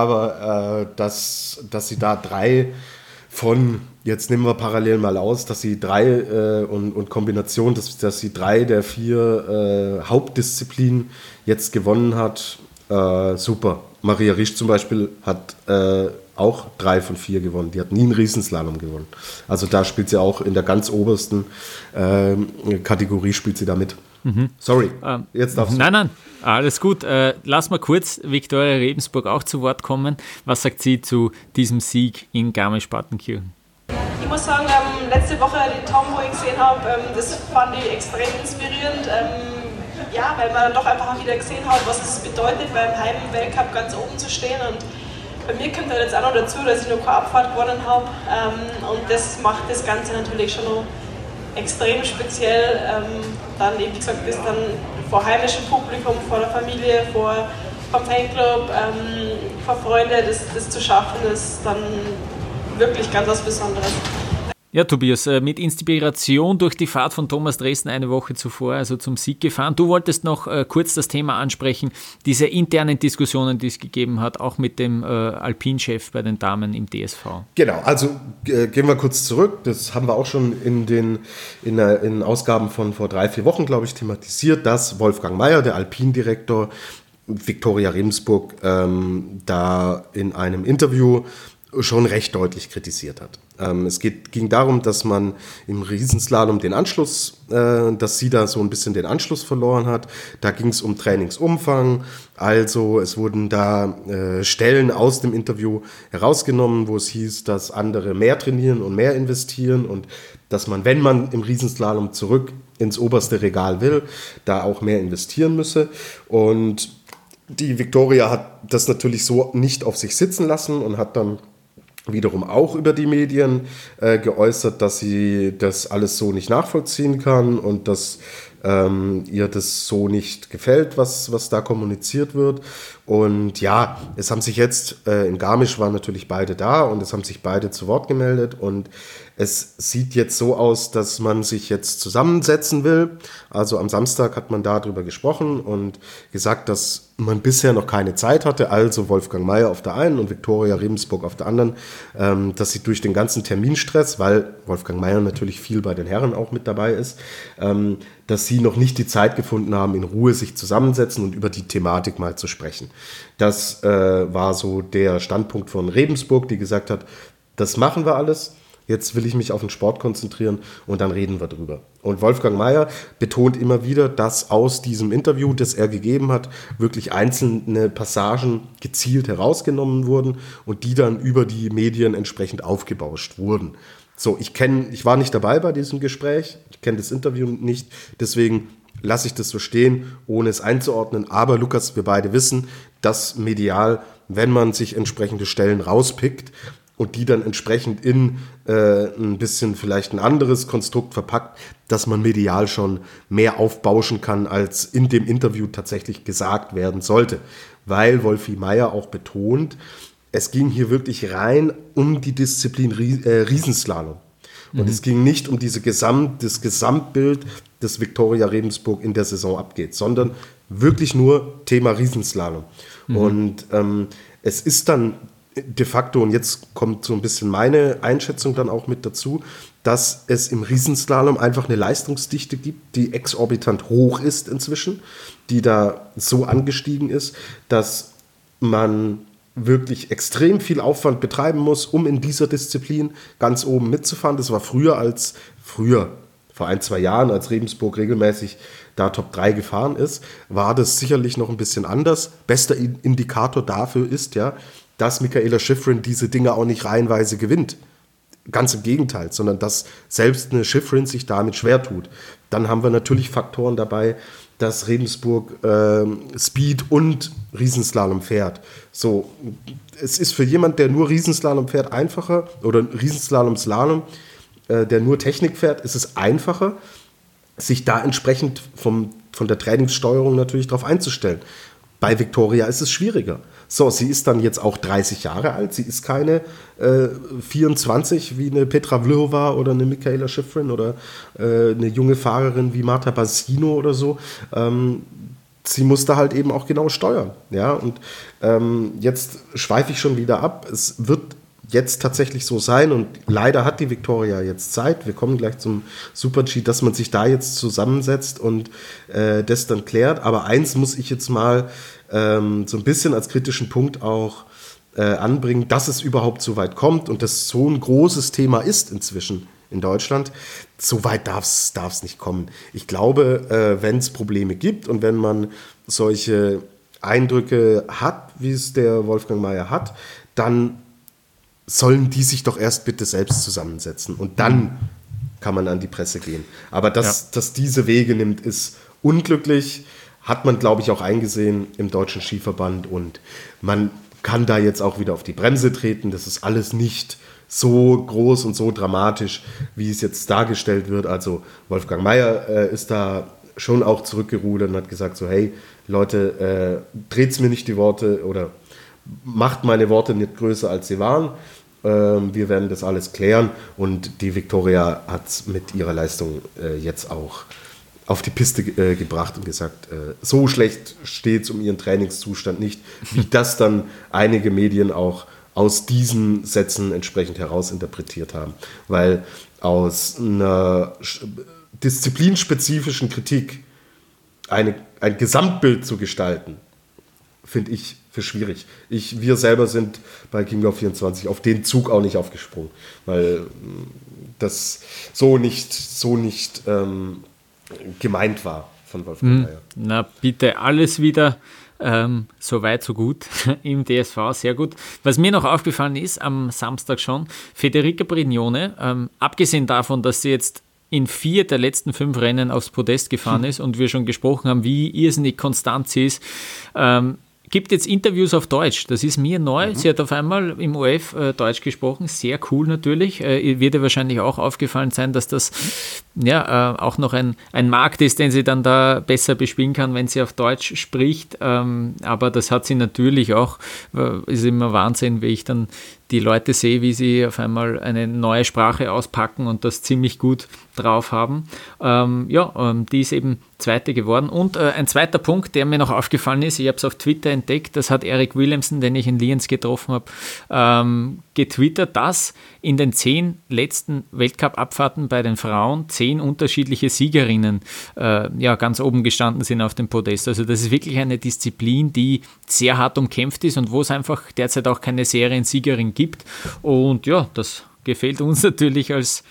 aber äh, dass, dass sie da drei von, jetzt nehmen wir parallel mal aus, dass sie drei äh, und, und Kombination, dass, dass sie drei der vier äh, Hauptdisziplinen jetzt gewonnen hat, äh, super. Maria Risch zum Beispiel hat äh, auch drei von vier gewonnen. Die hat nie einen Riesenslalom gewonnen. Also da spielt sie auch in der ganz obersten äh, Kategorie spielt sie da mit. Mhm. Sorry, ähm, jetzt darfst du. Nein, nein, alles gut. Äh, lass mal kurz Viktoria Rebensburg auch zu Wort kommen. Was sagt sie zu diesem Sieg in Garmisch-Partenkirchen? Ich muss sagen, ähm, letzte Woche die Tom, wo ich gesehen habe, ähm, das fand ich extrem inspirierend. Ähm, ja, weil man dann doch einfach wieder gesehen hat, was es bedeutet, beim Heim-Weltcup ganz oben zu stehen. Und bei mir kommt dann jetzt auch noch dazu, dass ich noch keine Abfahrt gewonnen habe. Ähm, und das macht das Ganze natürlich schon noch extrem speziell. Ähm, dann, wie gesagt, das dann vor heimischem Publikum, vor der Familie, vor vom Fanclub, ähm, vom Freunde, das, das zu schaffen, ist dann wirklich ganz was Besonderes. Ja, Tobias, mit Inspiration durch die Fahrt von Thomas Dresden eine Woche zuvor, also zum Sieg gefahren. Du wolltest noch äh, kurz das Thema ansprechen, diese internen Diskussionen, die es gegeben hat, auch mit dem äh, Alpin-Chef bei den Damen im D S V. Genau, also äh, gehen wir kurz zurück. Das haben wir auch schon in den in, äh, in Ausgaben von vor drei, vier Wochen, glaube ich, thematisiert, dass Wolfgang Meier, der Alpin-Direktor, Viktoria Rebensburg, ähm, da in einem Interview schon recht deutlich kritisiert hat. Ähm, es geht, ging darum, dass man im Riesenslalom den Anschluss, äh, dass sie da so ein bisschen den Anschluss verloren hat. Da ging es um Trainingsumfang. Also es wurden da äh, Stellen aus dem Interview herausgenommen, wo es hieß, dass andere mehr trainieren und mehr investieren und dass man, wenn man im Riesenslalom zurück ins oberste Regal will, da auch mehr investieren müsse. Und die Viktoria hat das natürlich so nicht auf sich sitzen lassen und hat dann wiederum auch über die Medien äh, geäußert, dass sie das alles so nicht nachvollziehen kann und dass ähm, ihr das so nicht gefällt, was, was da kommuniziert wird. Und ja, es haben sich jetzt, äh, in Garmisch waren natürlich beide da und es haben sich beide zu Wort gemeldet und es sieht jetzt so aus, dass man sich jetzt zusammensetzen will. Also am Samstag hat man darüber gesprochen und gesagt, dass man bisher noch keine Zeit hatte, also Wolfgang Meier auf der einen und Viktoria Rebensburg auf der anderen, ähm, dass sie durch den ganzen Terminstress, weil Wolfgang Meier natürlich viel bei den Herren auch mit dabei ist, ähm, dass sie noch nicht die Zeit gefunden haben, in Ruhe sich zusammensetzen und über die Thematik mal zu sprechen. Das äh, war so der Standpunkt von Rebensburg, die gesagt hat, das machen wir alles. Jetzt will ich mich auf den Sport konzentrieren und dann reden wir drüber. Und Wolfgang Meier betont immer wieder, dass aus diesem Interview, das er gegeben hat, wirklich einzelne Passagen gezielt herausgenommen wurden und die dann über die Medien entsprechend aufgebauscht wurden. So, ich kenne, ich war nicht dabei bei diesem Gespräch, ich kenne das Interview nicht, deswegen lasse ich das so stehen, ohne es einzuordnen. Aber Lukas, wir beide wissen, dass medial, wenn man sich entsprechende Stellen rauspickt, und die dann entsprechend in äh, ein bisschen vielleicht ein anderes Konstrukt verpackt, dass man medial schon mehr aufbauschen kann, als in dem Interview tatsächlich gesagt werden sollte. Weil Wolfi Meier auch betont, es ging hier wirklich rein um die Disziplin äh, Riesenslalom. Und mhm. es ging nicht um diese Gesamt, das Gesamtbild, das Viktoria Rebensburg in der Saison abgeht, sondern wirklich nur Thema Riesenslalom. Mhm. Und ähm, es ist dann de facto, und jetzt kommt so ein bisschen meine Einschätzung dann auch mit dazu, dass es im Riesenslalom einfach eine Leistungsdichte gibt, die exorbitant hoch ist inzwischen, die da so angestiegen ist, dass man wirklich extrem viel Aufwand betreiben muss, um in dieser Disziplin ganz oben mitzufahren. Das war früher als früher, vor ein, zwei Jahren, als Rebensburg regelmäßig da Top drei gefahren ist, war das sicherlich noch ein bisschen anders. Bester Indikator dafür ist ja, dass Mikaela Shiffrin diese Dinge auch nicht reihenweise gewinnt. Ganz im Gegenteil, sondern dass selbst eine Shiffrin sich damit schwer tut. Dann haben wir natürlich Faktoren dabei, dass Rebensburg äh, Speed und Riesenslalom fährt. So, es ist für jemand, der nur Riesenslalom fährt, einfacher, oder Riesenslalom, Slalom, äh, der nur Technik fährt, ist es einfacher, sich da entsprechend vom, von der Trainingssteuerung natürlich drauf einzustellen. Bei Viktoria ist es schwieriger. So, sie ist dann jetzt auch dreißig Jahre alt. Sie ist keine äh, vierundzwanzig wie eine Petra Vlhova oder eine Mikaela Shiffrin oder äh, eine junge Fahrerin wie Marta Bassino oder so. Ähm, sie muss da halt eben auch genau steuern. Ja? Und ähm, jetzt schweife ich schon wieder ab. Es wird jetzt tatsächlich so sein und leider hat die Viktoria jetzt Zeit. Wir kommen gleich zum Super-G, dass man sich da jetzt zusammensetzt und äh, das dann klärt. Aber eins muss ich jetzt mal ähm, so ein bisschen als kritischen Punkt auch äh, anbringen, dass es überhaupt so weit kommt und das so ein großes Thema ist inzwischen in Deutschland. So weit darf es nicht kommen. Ich glaube, äh, wenn es Probleme gibt und wenn man solche Eindrücke hat, wie es der Wolfgang Meier hat, dann sollen die sich doch erst bitte selbst zusammensetzen und dann kann man an die Presse gehen. Aber dass, ja. dass diese Wege nimmt, ist unglücklich, hat man, glaube ich, auch eingesehen im Deutschen Skiverband und man kann da jetzt auch wieder auf die Bremse treten. Das ist alles nicht so groß und so dramatisch, wie es jetzt dargestellt wird. Also Wolfgang Meier äh, ist da schon auch zurückgerudert und hat gesagt so, hey Leute, äh, dreht's mir nicht die Worte oder macht meine Worte nicht größer als sie waren. Ähm, wir werden das alles klären und die Viktoria hat es mit ihrer Leistung äh, jetzt auch auf die Piste äh, gebracht und gesagt, äh, so schlecht steht es um ihren Trainingszustand nicht, wie das dann einige Medien auch aus diesen Sätzen entsprechend herausinterpretiert haben. Weil aus einer disziplinspezifischen Kritik eine, ein Gesamtbild zu gestalten, finde ich für schwierig. Ich, wir selber sind bei Chiemgau vierundzwanzig auf den Zug auch nicht aufgesprungen, weil das so nicht, so nicht ähm, gemeint war von Wolfgang Meier. Na bitte, alles wieder ähm, so weit, so gut im D S V, sehr gut. Was mir noch aufgefallen ist, am Samstag schon, Federica Brignone, ähm, abgesehen davon, dass sie jetzt in vier der letzten fünf Rennen aufs Podest gefahren ist und wir schon gesprochen haben, wie irrsinnig konstant sie ist, ähm, gibt jetzt Interviews auf Deutsch. Das ist mir neu. Mhm. Sie hat auf einmal im O F äh, Deutsch gesprochen. Sehr cool natürlich. Äh, wird ihr wahrscheinlich auch aufgefallen sein, dass das ja äh, auch noch ein, ein Markt ist, den sie dann da besser bespielen kann, wenn sie auf Deutsch spricht. Ähm, aber das hat sie natürlich auch. Äh, ist immer Wahnsinn, wie ich dann die Leute sehe, wie sie auf einmal eine neue Sprache auspacken und das ziemlich gut drauf haben. Ähm, ja, ähm, die ist eben Zweite geworden. Und äh, ein zweiter Punkt, der mir noch aufgefallen ist, ich habe es auf Twitter entdeckt, das hat Eric Williamson, den ich in Lienz getroffen habe, ähm, getwittert, dass in den zehn letzten Weltcup-Abfahrten bei den Frauen zehn unterschiedliche Siegerinnen äh, ja, ganz oben gestanden sind auf dem Podest. Also das ist wirklich eine Disziplin, die sehr hart umkämpft ist und wo es einfach derzeit auch keine Seriensiegerin gibt. Und ja, das gefällt uns natürlich als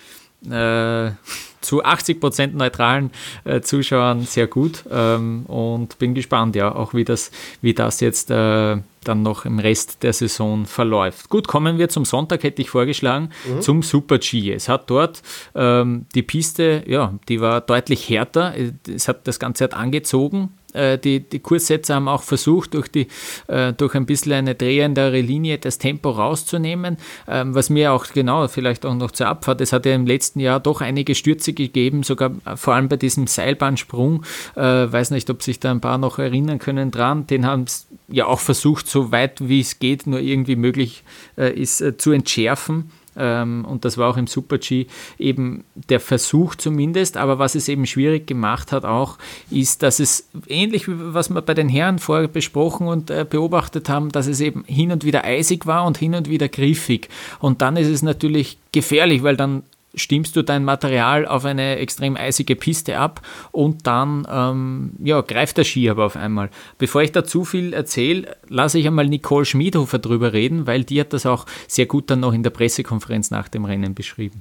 äh, zu achtzig Prozent neutralen äh, Zuschauern sehr gut ähm, und bin gespannt, ja, auch wie das, wie das jetzt äh, dann noch im Rest der Saison verläuft. Gut, kommen wir zum Sonntag, hätte ich vorgeschlagen, mhm. zum Super-G. Es hat dort ähm, die Piste, ja, die war deutlich härter, es hat, das Ganze hat angezogen. Die, die Kurssetzer haben auch versucht, durch, die, äh, durch ein bisschen eine drehendere Linie das Tempo rauszunehmen, ähm, was mir auch genau, vielleicht auch noch zur Abfahrt, es hat ja im letzten Jahr doch einige Stürze gegeben, sogar vor allem bei diesem Seilbahnsprung, äh, weiß nicht, ob sich da ein paar noch erinnern können dran, den haben es ja auch versucht, so weit wie es geht, nur irgendwie möglich äh, ist, äh, zu entschärfen. Ähm, und das war auch im Super-G eben der Versuch zumindest, aber was es eben schwierig gemacht hat auch, ist, dass es ähnlich wie was wir bei den Herren vorher besprochen und äh, beobachtet haben, dass es eben hin und wieder eisig war und hin und wieder griffig und dann ist es natürlich gefährlich, weil dann stimmst du dein Material auf eine extrem eisige Piste ab und dann ähm, ja, greift der Ski aber auf einmal. Bevor ich da zu viel erzähle, lasse ich einmal Nicole Schmidhofer drüber reden, weil die hat das auch sehr gut dann noch in der Pressekonferenz nach dem Rennen beschrieben.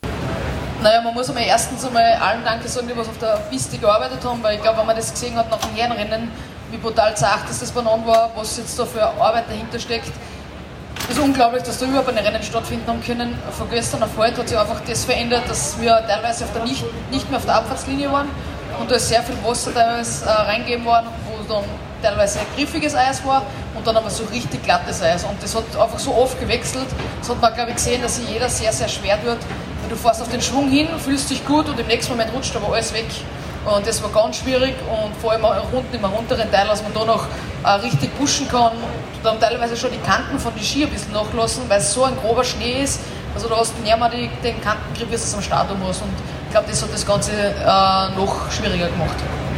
Naja, man muss einmal erstens einmal allen Danke sagen, die was auf der Piste gearbeitet haben, weil ich glaube, wenn man das gesehen hat nach dem Herrenrennen, wie brutal zart das Banan war, was jetzt da für Arbeit dahinter steckt, es ist unglaublich, dass da überhaupt eine Rennen stattfinden haben können. Von gestern auf heute hat sich einfach das verändert, dass wir teilweise auf der nicht, nicht mehr auf der Abfahrtslinie waren und da ist sehr viel Wasser teilweise äh, reingegeben worden, wo dann teilweise griffiges Eis war und dann aber so richtig glattes Eis und das hat einfach so oft gewechselt. Das hat man, glaube ich, gesehen, dass sich jeder sehr, sehr schwer tut. Weil du fährst auf den Schwung hin, fühlst dich gut und im nächsten Moment rutscht aber alles weg. Und das war ganz schwierig und vor allem auch unten im unteren Teil, dass man da noch äh, richtig pushen kann. Da haben teilweise schon die Kanten von den Ski ein bisschen nachgelassen, weil es so ein grober Schnee ist. Also da hast du näher mal die, den Kantengrip, wie du es am Start hast. Und ich glaube, das hat das Ganze äh, noch schwieriger gemacht.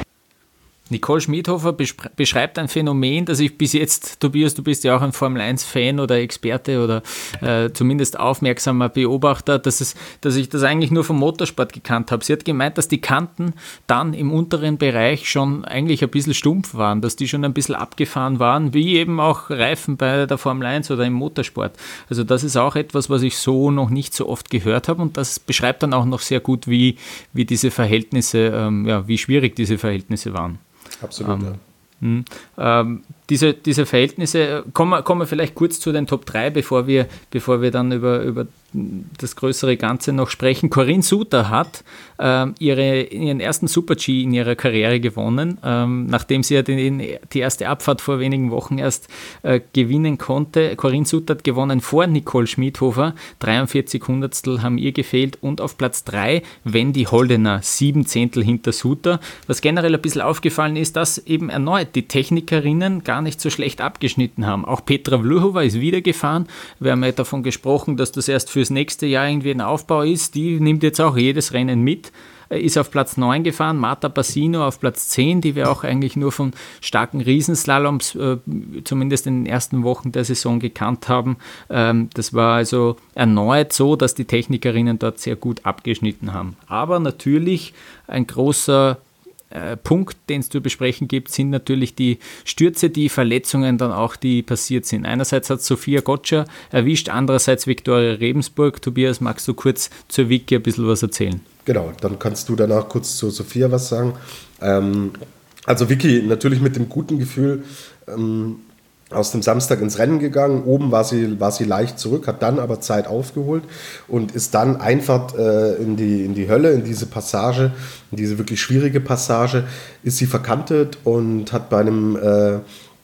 Nicole Schmidhofer beschreibt ein Phänomen, das ich bis jetzt, Tobias, du bist ja auch ein Formel eins Fan oder Experte oder äh, zumindest aufmerksamer Beobachter, dass, es, dass ich das eigentlich nur vom Motorsport gekannt habe. Sie hat gemeint, dass die Kanten dann im unteren Bereich schon eigentlich ein bisschen stumpf waren, dass die schon ein bisschen abgefahren waren, wie eben auch Reifen bei der Formel eins oder im Motorsport. Also das ist auch etwas, was ich so noch nicht so oft gehört habe und das beschreibt dann auch noch sehr gut, wie, wie diese Verhältnisse, ähm, ja, wie schwierig diese Verhältnisse waren. Absolut, ähm, ja. Ähm, diese, diese Verhältnisse, kommen wir, kommen wir vielleicht kurz zu den Top drei, bevor wir, bevor wir dann über, über das größere Ganze noch sprechen. Corinne Suter hat ähm, ihre, ihren ersten Super-G in ihrer Karriere gewonnen, ähm, nachdem sie ja den, die erste Abfahrt vor wenigen Wochen erst äh, gewinnen konnte. Corinne Suter hat gewonnen vor Nicole Schmidhofer, dreiundvierzig Hundertstel haben ihr gefehlt, und auf Platz drei Wendy Holdener, sieben Zehntel hinter Suter. Was generell ein bisschen aufgefallen ist, dass eben erneut die Technikerinnen gar nicht so schlecht abgeschnitten haben. Auch Petra Vlhova ist wieder gefahren. Wir haben ja davon gesprochen, dass das erst fürs nächste Jahr irgendwie ein Aufbau ist. Die nimmt jetzt auch jedes Rennen mit, ist auf Platz neun gefahren. Marta Bassino auf Platz zehn, die wir auch eigentlich nur von starken Riesenslaloms, äh, zumindest in den ersten Wochen der Saison gekannt haben. Ähm, das war also erneut so, dass die Technikerinnen dort sehr gut abgeschnitten haben. Aber natürlich ein großer Äh, Punkt, den es zu besprechen gibt, sind natürlich die Stürze, die Verletzungen dann auch, die passiert sind. Einerseits hat Sophia Gottscher erwischt, andererseits Viktoria Rebensburg. Tobias, magst du kurz zur Vicky ein bisschen was erzählen? Genau, dann kannst du danach kurz zu Sophia was sagen. Ähm, also Vicky natürlich mit dem guten Gefühl ähm, aus dem Samstag ins Rennen gegangen. Oben war sie, war sie leicht zurück, hat dann aber Zeit aufgeholt und ist dann einfach äh, in, die, in die Hölle, in diese Passage, in diese wirklich schwierige Passage, ist sie verkantet und hat bei einem, äh,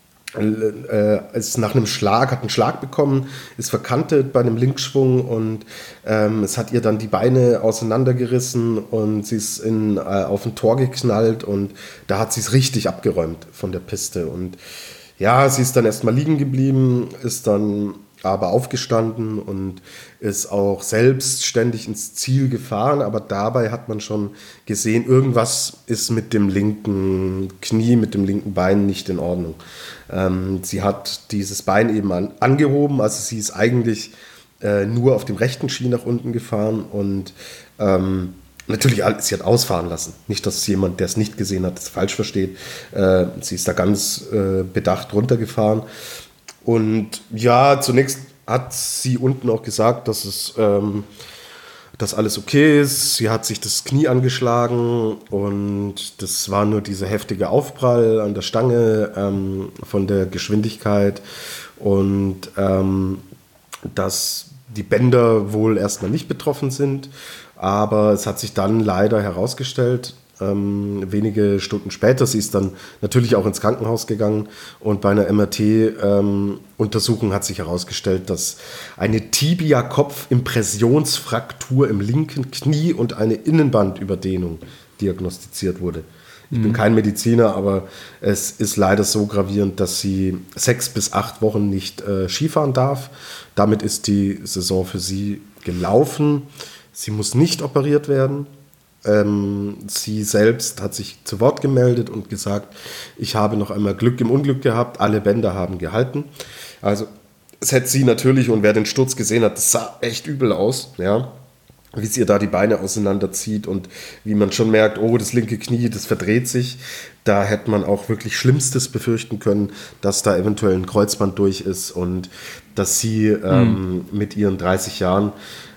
äh, ist nach einem Schlag, hat einen Schlag bekommen, ist verkantet bei einem Linksschwung und ähm, es hat ihr dann die Beine auseinandergerissen und sie ist in, äh, auf ein Tor geknallt und da hat sie es richtig abgeräumt von der Piste. Und ja, sie ist dann erstmal liegen geblieben, ist dann aber aufgestanden und ist auch selbstständig ins Ziel gefahren, aber dabei hat man schon gesehen, irgendwas ist mit dem linken Knie, mit dem linken Bein nicht in Ordnung. Ähm, sie hat dieses Bein eben an, angehoben, also sie ist eigentlich äh, nur auf dem rechten Ski nach unten gefahren und ähm, natürlich, sie hat ausfahren lassen. Nicht, dass jemand, der es nicht gesehen hat, das falsch versteht. Äh, sie ist da ganz äh, bedacht runtergefahren. Und ja, zunächst hat sie unten auch gesagt, dass es ähm, dass alles okay ist. Sie hat sich das Knie angeschlagen und das war nur dieser heftige Aufprall an der Stange ähm, von der Geschwindigkeit und ähm, dass die Bänder wohl erstmal nicht betroffen sind. Aber es hat sich dann leider herausgestellt, ähm, wenige Stunden später, sie ist dann natürlich auch ins Krankenhaus gegangen und bei einer M R T-Untersuchung ähm, hat sich herausgestellt, dass eine Tibia-Kopf-Impressionsfraktur im linken Knie und eine Innenbandüberdehnung diagnostiziert wurde. Ich mhm. bin kein Mediziner, aber es ist leider so gravierend, dass sie sechs bis acht Wochen nicht äh, Skifahren darf. Damit ist die Saison für sie gelaufen. Sie muss nicht operiert werden. Ähm, sie selbst hat sich zu Wort gemeldet und gesagt, ich habe noch einmal Glück im Unglück gehabt, alle Bänder haben gehalten. Also es hätte sie natürlich, und wer den Sturz gesehen hat, das sah echt übel aus, ja, wie sie ihr da die Beine auseinanderzieht und wie man schon merkt, oh, das linke Knie, das verdreht sich. Da hätte man auch wirklich Schlimmstes befürchten können, dass da eventuell ein Kreuzband durch ist und dass sie ähm, mhm. mit ihren dreißig Jahren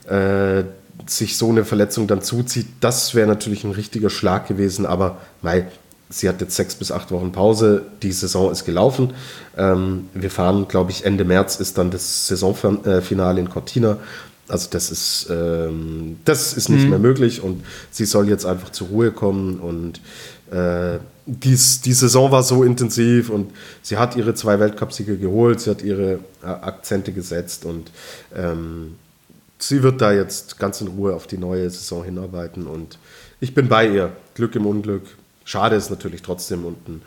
äh, sich so eine Verletzung dann zuzieht, das wäre natürlich ein richtiger Schlag gewesen, aber mei, sie hat jetzt sechs bis acht Wochen Pause, die Saison ist gelaufen. Ähm, wir fahren, glaube ich, Ende März ist dann das Saisonfinale in Cortina, also das ist, ähm, das ist nicht mhm. mehr möglich und sie soll jetzt einfach zur Ruhe kommen und äh, dies, die Saison war so intensiv und sie hat ihre zwei Weltcupsiege geholt, sie hat ihre äh, Akzente gesetzt und ähm, sie wird da jetzt ganz in Ruhe auf die neue Saison hinarbeiten und ich bin bei ihr. Glück im Unglück. Schade ist natürlich trotzdem und ein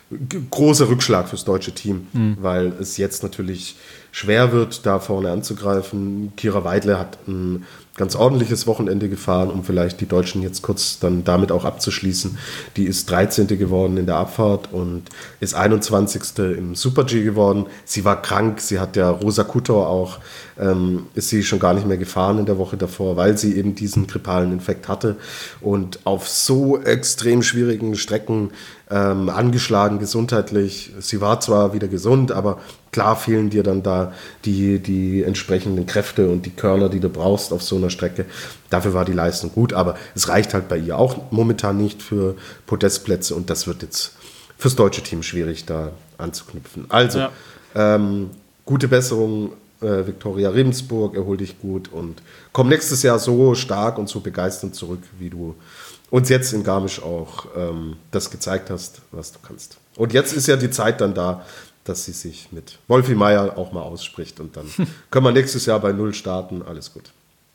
großer Rückschlag fürs deutsche Team, mhm. weil es jetzt natürlich schwer wird, da vorne anzugreifen. Kira Weidle hat ein ganz ordentliches Wochenende gefahren, um vielleicht die Deutschen jetzt kurz dann damit auch abzuschließen. Die ist dreizehnte geworden in der Abfahrt und ist einundzwanzigste im Super-G geworden. Sie war krank, sie hat ja Rosa Kutor auch, ähm, ist sie schon gar nicht mehr gefahren in der Woche davor, weil sie eben diesen grippalen Infekt hatte und auf so extrem schwierigen Strecken ähm, angeschlagen gesundheitlich. Sie war zwar wieder gesund, aber klar fehlen dir dann da die, die entsprechenden Kräfte und die Körner, die du brauchst auf so einer Strecke. Dafür war die Leistung gut, aber es reicht halt bei ihr auch momentan nicht für Podestplätze und das wird jetzt fürs deutsche Team schwierig, da anzuknüpfen. Also, ja. ähm, gute Besserung, äh, Viktoria Rebensburg, erhol dich gut und komm nächstes Jahr so stark und so begeisternd zurück, wie du uns jetzt in Garmisch auch ähm, das gezeigt hast, was du kannst. Und jetzt ist ja die Zeit dann da, dass sie sich mit Wolfi Meier auch mal ausspricht und dann können wir nächstes Jahr bei Null starten. Alles gut.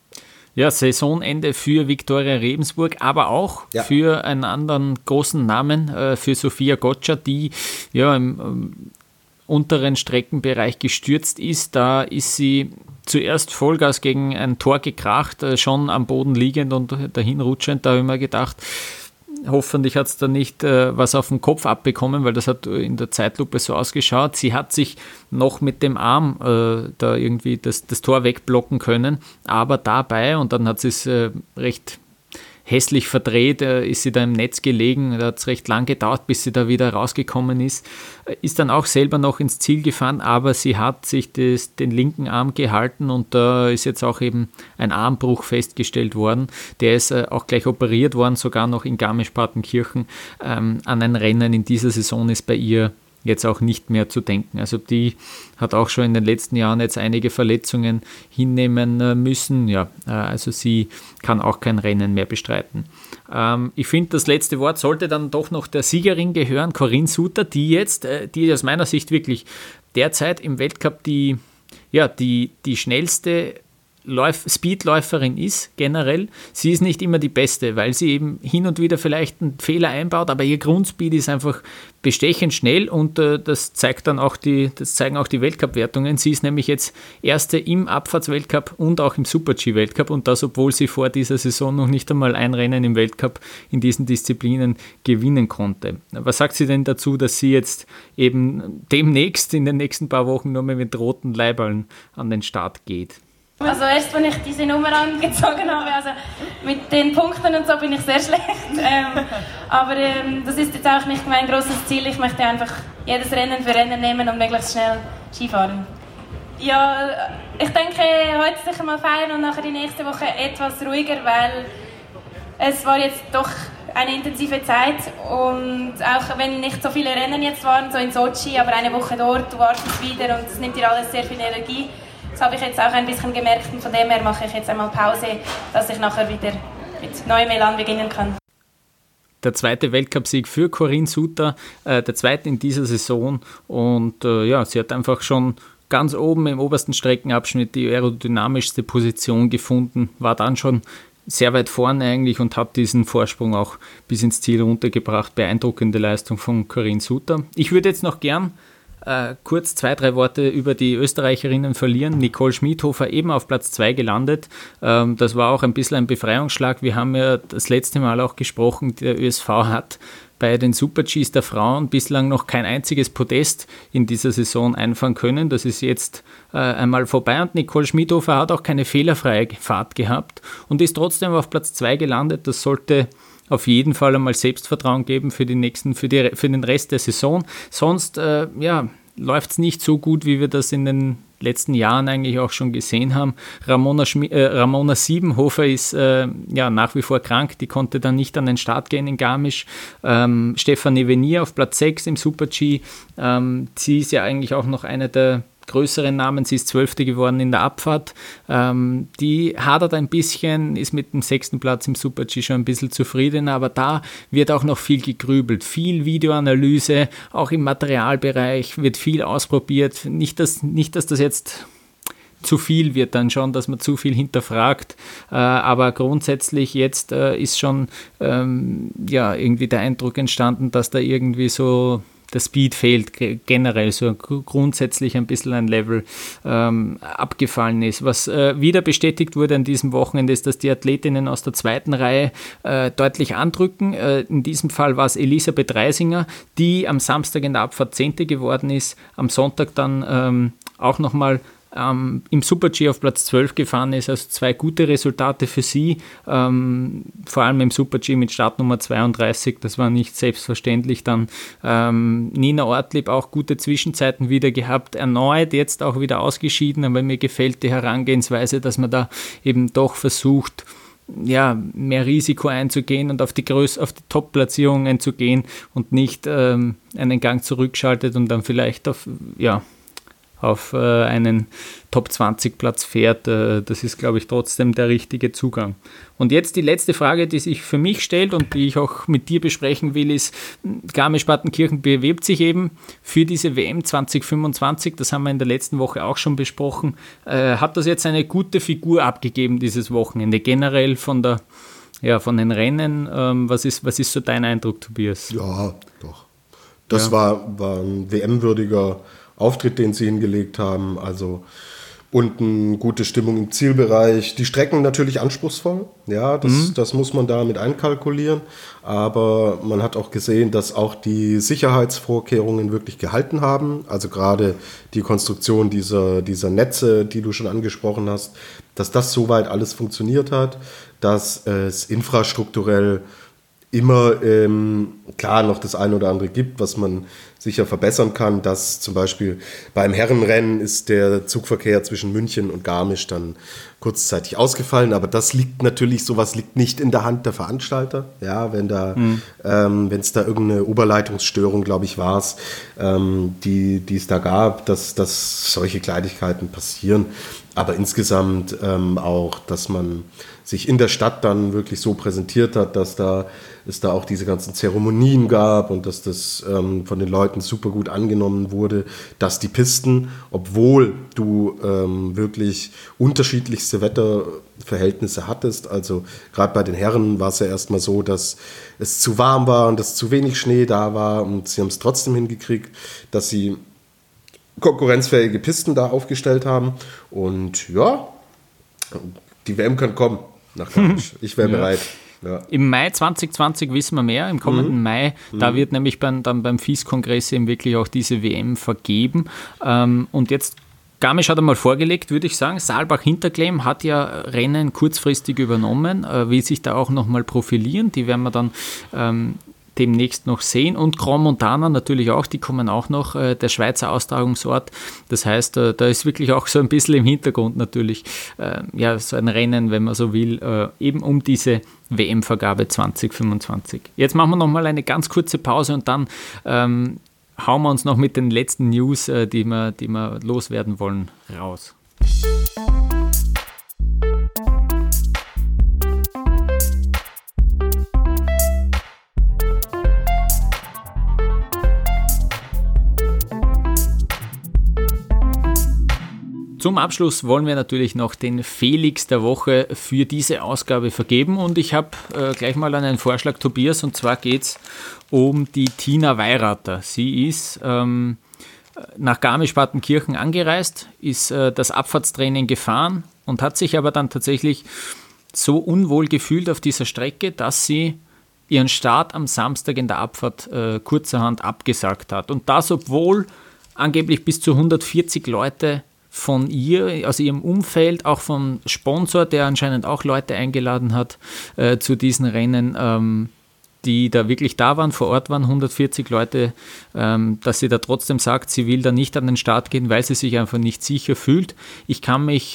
Ja, Saisonende für Viktoria Rebensburg, aber auch ja. für einen anderen großen Namen, äh, für Sophia Gotcha, die ja im ähm, unteren Streckenbereich gestürzt ist. Da ist sie zuerst Vollgas gegen ein Tor gekracht, äh, schon am Boden liegend und dahinrutschend. Da habe ich mir gedacht, hoffentlich hat es da nicht äh, was auf den Kopf abbekommen, weil das hat in der Zeitlupe so ausgeschaut. Sie hat sich noch mit dem Arm äh, da irgendwie das, das Tor wegblocken können, aber dabei, und dann hat sie es äh, recht hässlich verdreht, äh, ist sie da im Netz gelegen. Da hat es recht lang gedauert, bis sie da wieder rausgekommen ist. Äh, ist dann auch selber noch ins Ziel gefahren, aber sie hat sich das, den linken Arm gehalten und da ist jetzt auch eben ein Armbruch festgestellt worden. Der ist äh, auch gleich operiert worden, sogar noch in Garmisch-Partenkirchen. Ähm, an ein Rennen in dieser Saison ist bei ihr jetzt auch nicht mehr zu denken. Also die hat auch schon in den letzten Jahren jetzt einige Verletzungen hinnehmen müssen. Ja, also sie kann auch kein Rennen mehr bestreiten. Ähm, ich finde, das letzte Wort sollte dann doch noch der Siegerin gehören, Corinne Suter, die jetzt, die aus meiner Sicht wirklich derzeit im Weltcup die, ja, die, die schnellste Läuf- Speedläuferin ist, generell. Sie ist nicht immer die Beste, weil sie eben hin und wieder vielleicht einen Fehler einbaut, aber ihr Grundspeed ist einfach bestechend schnell und äh, das zeigt dann auch die, das zeigen auch die Weltcup-Wertungen. Sie ist nämlich jetzt Erste im Abfahrtsweltcup und auch im Super-G-Weltcup und das, obwohl sie vor dieser Saison noch nicht einmal ein Rennen im Weltcup in diesen Disziplinen gewinnen konnte. Was sagt sie denn dazu, dass sie jetzt eben demnächst in den nächsten paar Wochen nur mehr mit roten Leiberln an den Start geht? Also erst, als ich diese Nummer angezogen habe, also mit den Punkten und so bin ich sehr schlecht. Ähm, aber ähm, das ist jetzt auch nicht mein grosses Ziel. Ich möchte einfach jedes Rennen für Rennen nehmen und möglichst schnell Skifahren. Ja, ich denke, heute sicher mal feiern und nachher die nächste Woche etwas ruhiger, weil es war jetzt doch eine intensive Zeit und auch wenn nicht so viele Rennen jetzt waren, so in Sochi, aber eine Woche dort, du wartest wieder und es nimmt dir alles sehr viel Energie. Das habe ich jetzt auch ein bisschen gemerkt und von dem her mache ich jetzt einmal Pause, dass ich nachher wieder mit neuem Elan beginnen kann. Der zweite Weltcupsieg für Corinne Suter, äh, der zweite in dieser Saison und äh, ja, sie hat einfach schon ganz oben im obersten Streckenabschnitt die aerodynamischste Position gefunden, war dann schon sehr weit vorne eigentlich und hat diesen Vorsprung auch bis ins Ziel runtergebracht. Beeindruckende Leistung von Corinne Suter. Ich würde jetzt noch gern Äh, kurz zwei, drei Worte über die Österreicherinnen verlieren. Nicole Schmidhofer eben auf Platz zwei gelandet. Ähm, das war auch ein bisschen ein Befreiungsschlag. Wir haben ja das letzte Mal auch gesprochen, der Ö S V hat bei den Super-Gs der Frauen bislang noch kein einziges Podest in dieser Saison einfahren können. Das ist jetzt äh, einmal vorbei und Nicole Schmidhofer hat auch keine fehlerfreie Fahrt gehabt und ist trotzdem auf Platz zwei gelandet. Das sollte auf jeden Fall einmal Selbstvertrauen geben für, die nächsten, für, die, für den Rest der Saison. Sonst äh, ja, läuft es nicht so gut, wie wir das in den letzten Jahren eigentlich auch schon gesehen haben. Ramona, Schmi- äh, Ramona Siebenhofer ist äh, ja, nach wie vor krank, die konnte dann nicht an den Start gehen in Garmisch. Ähm, Stefanie Venier auf Platz sechs im Super-G. Ähm, sie ist ja eigentlich auch noch eine der größeren Namen, sie ist Zwölfte geworden in der Abfahrt. Ähm, die hadert ein bisschen, ist mit dem sechsten Platz im Super-G schon ein bisschen zufriedener, aber da wird auch noch viel gegrübelt, viel Videoanalyse, auch im Materialbereich wird viel ausprobiert. Nicht, dass, nicht, dass das jetzt zu viel wird dann schon, dass man zu viel hinterfragt, äh, aber grundsätzlich jetzt äh, ist schon ähm, ja, irgendwie der Eindruck entstanden, dass da irgendwie so der Speed fehlt, generell so grundsätzlich ein bisschen ein Level ähm, abgefallen ist. Was äh, wieder bestätigt wurde an diesem Wochenende ist, dass die Athletinnen aus der zweiten Reihe äh, deutlich andrücken. Äh, in diesem Fall war es Elisabeth Reisinger, die am Samstag in der Abfahrt Zehnte geworden ist, am Sonntag dann ähm, auch nochmal Ähm, im Super-G auf Platz zwölf gefahren ist, also zwei gute Resultate für sie, ähm, vor allem im Super-G mit Startnummer zweiunddreißig, das war nicht selbstverständlich. Dann ähm, Nina Ortlieb auch gute Zwischenzeiten wieder gehabt, erneut jetzt auch wieder ausgeschieden, aber mir gefällt die Herangehensweise, dass man da eben doch versucht, ja, mehr Risiko einzugehen und auf die Größe, auf die Top-Platzierungen zu gehen und nicht ähm, einen Gang zurückschaltet und dann vielleicht auf, ja, auf äh, einen Top zwanzig Platz fährt. Äh, das ist, glaube ich, trotzdem der richtige Zugang. Und jetzt die letzte Frage, die sich für mich stellt und die ich auch mit dir besprechen will, ist, Garmisch-Partenkirchen bewirbt sich eben für diese W M zwanzig fünfundzwanzig, das haben wir in der letzten Woche auch schon besprochen. Äh, hat das jetzt eine gute Figur abgegeben dieses Wochenende, generell von der, ja, von den Rennen? Ähm, was ist, was ist so dein Eindruck, Tobias? Ja, doch. Das Ja. war, war ein W M-würdiger Auftritt, den sie hingelegt haben. Also unten gute Stimmung im Zielbereich. Die Strecken natürlich anspruchsvoll. Ja, das, Mhm. das muss man da mit einkalkulieren. Aber man hat auch gesehen, dass auch die Sicherheitsvorkehrungen wirklich gehalten haben. Also gerade die Konstruktion dieser, dieser Netze, die du schon angesprochen hast, dass das soweit alles funktioniert hat, dass es infrastrukturell immer ähm, klar noch das eine oder andere gibt, was man sicher verbessern kann, dass zum Beispiel beim Herrenrennen ist der Zugverkehr zwischen München und Garmisch dann kurzzeitig ausgefallen, aber das liegt natürlich, sowas liegt nicht in der Hand der Veranstalter, ja, wenn da, Mhm. ähm, wenn es da irgendeine Oberleitungsstörung, glaube ich, war es, ähm, die, die es da gab, dass, dass solche Kleinigkeiten passieren, aber insgesamt ähm, auch, dass man sich in der Stadt dann wirklich so präsentiert hat, dass da es da auch diese ganzen Zeremonien gab und dass das ähm, von den Leuten super gut angenommen wurde, dass die Pisten, obwohl du ähm, wirklich unterschiedlichste Wetterverhältnisse hattest, also gerade bei den Herren war es ja erstmal so, dass es zu warm war und dass zu wenig Schnee da war und sie haben es trotzdem hingekriegt, dass sie konkurrenzfähige Pisten da aufgestellt haben und ja, die W M kann kommen nach Garmisch. Ich wäre Ja. bereit. Ja. Im Mai zwanzig zwanzig wissen wir mehr, im kommenden Mhm. Mai, da Mhm. wird nämlich beim, dann beim F I S-Kongress eben wirklich auch diese W M vergeben. Ähm, und jetzt, Garmisch hat einmal vorgelegt, würde ich sagen, Saalbach-Hinterklemm hat ja Rennen kurzfristig übernommen, äh, will sich da auch nochmal profilieren, die werden wir dann ähm, demnächst noch sehen und Grand Montana natürlich auch, die kommen auch noch, äh, der Schweizer Austragungsort. Das heißt, äh, da ist wirklich auch so ein bisschen im Hintergrund natürlich äh, ja, so ein Rennen, wenn man so will, äh, eben um diese W M-Vergabe zwanzig fünfundzwanzig. Jetzt machen wir nochmal eine ganz kurze Pause und dann ähm, hauen wir uns noch mit den letzten News, äh, die, wir, die wir loswerden wollen, raus. Zum Abschluss wollen wir natürlich noch den Felix der Woche für diese Ausgabe vergeben und ich habe äh, gleich mal einen Vorschlag, Tobias, und zwar geht es um die Tina Weirater. Sie ist ähm, nach Garmisch-Partenkirchen angereist, ist äh, das Abfahrtstraining gefahren und hat sich aber dann tatsächlich so unwohl gefühlt auf dieser Strecke, dass sie ihren Start am Samstag in der Abfahrt äh, kurzerhand abgesagt hat. Und das, obwohl angeblich bis zu hundertvierzig Leute von ihr, aus ihrem Umfeld, auch vom Sponsor, der anscheinend auch Leute eingeladen hat äh, zu diesen Rennen, ähm, die da wirklich da waren, vor Ort waren hundertvierzig Leute, ähm, dass sie da trotzdem sagt, sie will da nicht an den Start gehen, weil sie sich einfach nicht sicher fühlt. Ich kann mich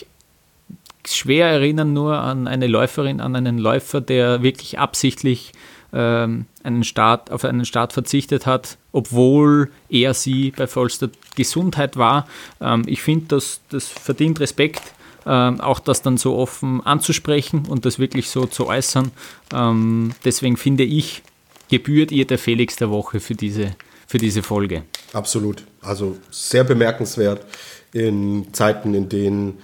schwer erinnern nur an eine Läuferin, an einen Läufer, der wirklich absichtlich ähm, einen Start, auf einen Start verzichtet hat, obwohl er sie bei vollster Gesundheit war. Ähm, ich finde, das, das verdient Respekt, ähm, auch das dann so offen anzusprechen und das wirklich so zu äußern. Ähm, deswegen finde ich, gebührt ihr der Felix der Woche für diese, für diese Folge. Absolut. Also sehr bemerkenswert in Zeiten, in denen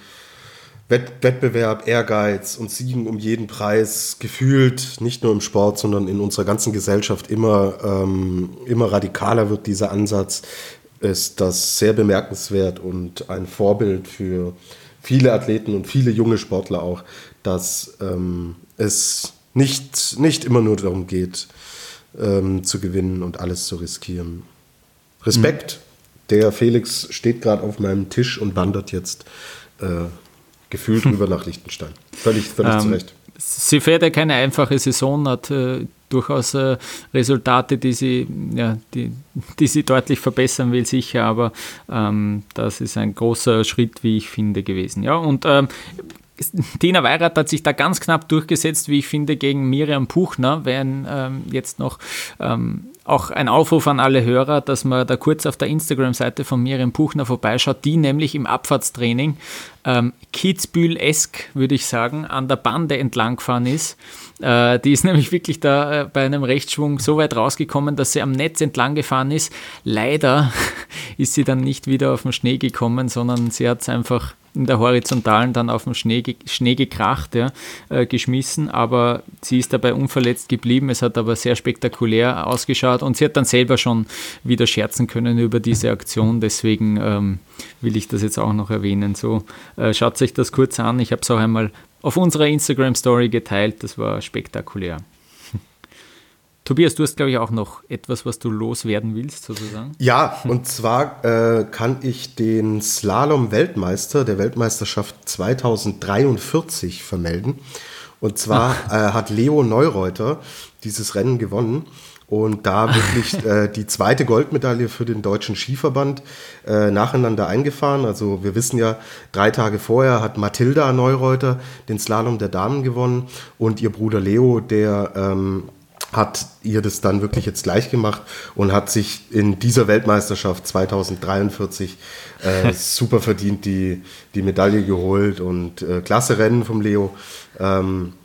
Wettbewerb, Ehrgeiz und Siegen um jeden Preis gefühlt, nicht nur im Sport, sondern in unserer ganzen Gesellschaft immer, ähm, immer radikaler wird, dieser Ansatz, ist das sehr bemerkenswert und ein Vorbild für viele Athleten und viele junge Sportler auch, dass ähm, es nicht, nicht immer nur darum geht, ähm, zu gewinnen und alles zu riskieren. Respekt, mhm. Der Felix steht gerade auf meinem Tisch und wandert jetzt äh, gefühlt rüber nach Liechtenstein. Völlig, völlig ähm, zu Recht. Sie fährt ja keine einfache Saison, hat äh, durchaus äh, Resultate, die sie, ja, die, die sie deutlich verbessern will, sicher, aber ähm, das ist ein großer Schritt, wie ich finde, gewesen. Ja, und ähm, Tina Weirath hat sich da ganz knapp durchgesetzt, wie ich finde, gegen Miriam Puchner. Wenn ähm, jetzt noch ähm, auch ein Aufruf an alle Hörer, dass man da kurz auf der Instagram-Seite von Miriam Puchner vorbeischaut, die nämlich im Abfahrtstraining ähm, Kitzbühel-esk, würde ich sagen, an der Bande entlang gefahren ist. Äh, die ist nämlich wirklich da äh, bei einem Rechtsschwung so weit rausgekommen, dass sie am Netz entlang gefahren ist. Leider ist sie dann nicht wieder auf den Schnee gekommen, sondern sie hat es einfach in der Horizontalen dann auf dem Schnee, Schnee gekracht, ja, äh, geschmissen, aber sie ist dabei unverletzt geblieben. Es hat aber sehr spektakulär ausgeschaut und sie hat dann selber schon wieder scherzen können über diese Aktion, deswegen ähm, will ich das jetzt auch noch erwähnen. So, äh, schaut euch das kurz an, ich habe es auch einmal auf unserer Instagram-Story geteilt, das war spektakulär. Tobias, du hast, glaube ich, auch noch etwas, was du loswerden willst, sozusagen. Ja, und zwar äh, kann ich den Slalom-Weltmeister der Weltmeisterschaft zweitausenddreiundvierzig vermelden. Und zwar äh, hat Leo Neureuter dieses Rennen gewonnen und da wirklich äh, die zweite Goldmedaille für den Deutschen Skiverband äh, nacheinander eingefahren. Also wir wissen ja, drei Tage vorher hat Mathilda Neureuter den Slalom der Damen gewonnen und ihr Bruder Leo, der ähm, hat ihr das dann wirklich jetzt gleich gemacht und hat sich in dieser Weltmeisterschaft zweitausenddreiundvierzig äh, super verdient die, die Medaille geholt und äh, klasse Rennen vom Leo. Ähm,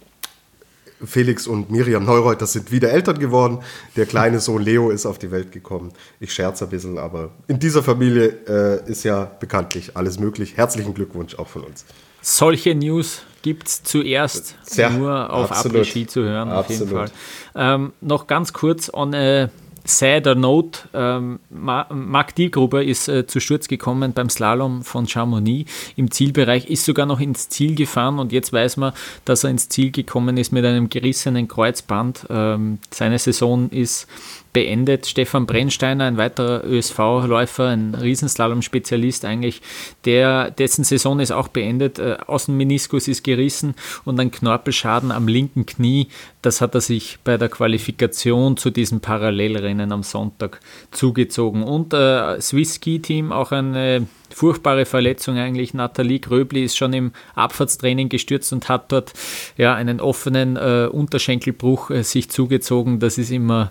Felix und Miriam Neureuter sind wieder Eltern geworden. Der kleine Sohn Leo ist auf die Welt gekommen. Ich scherze ein bisschen, aber in dieser Familie äh, ist ja bekanntlich alles möglich. Herzlichen Glückwunsch auch von uns. Solche News gibt es zuerst ja, nur auf Après-Ski zu hören, auf absolut. jeden Fall. Ähm, noch ganz kurz on a sadder note, ähm, Marc Diegruber ist äh, zu Sturz gekommen beim Slalom von Chamonix im Zielbereich, ist sogar noch ins Ziel gefahren und jetzt weiß man, dass er ins Ziel gekommen ist mit einem gerissenen Kreuzband. Ähm, seine Saison ist beendet. Stefan Brennsteiner, ein weiterer Ö S V-Läufer, ein Riesenslalom-Spezialist eigentlich, der, dessen Saison ist auch beendet. Äh, Außenmeniskus ist gerissen und ein Knorpelschaden am linken Knie. Das hat er sich bei der Qualifikation zu diesem Parallelrennen am Sonntag zugezogen. Und äh, Swiss Ski Team, auch eine furchtbare Verletzung eigentlich. Nathalie Gröbli ist schon im Abfahrtstraining gestürzt und hat dort ja einen offenen äh, Unterschenkelbruch äh, sich zugezogen. Das ist immer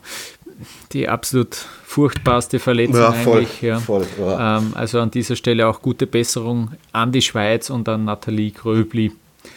die absolut furchtbarste Verletzung ja, voll, eigentlich. Ja. Voll, ja. Ähm, also an dieser Stelle auch gute Besserung an die Schweiz und an Nathalie Gröbli.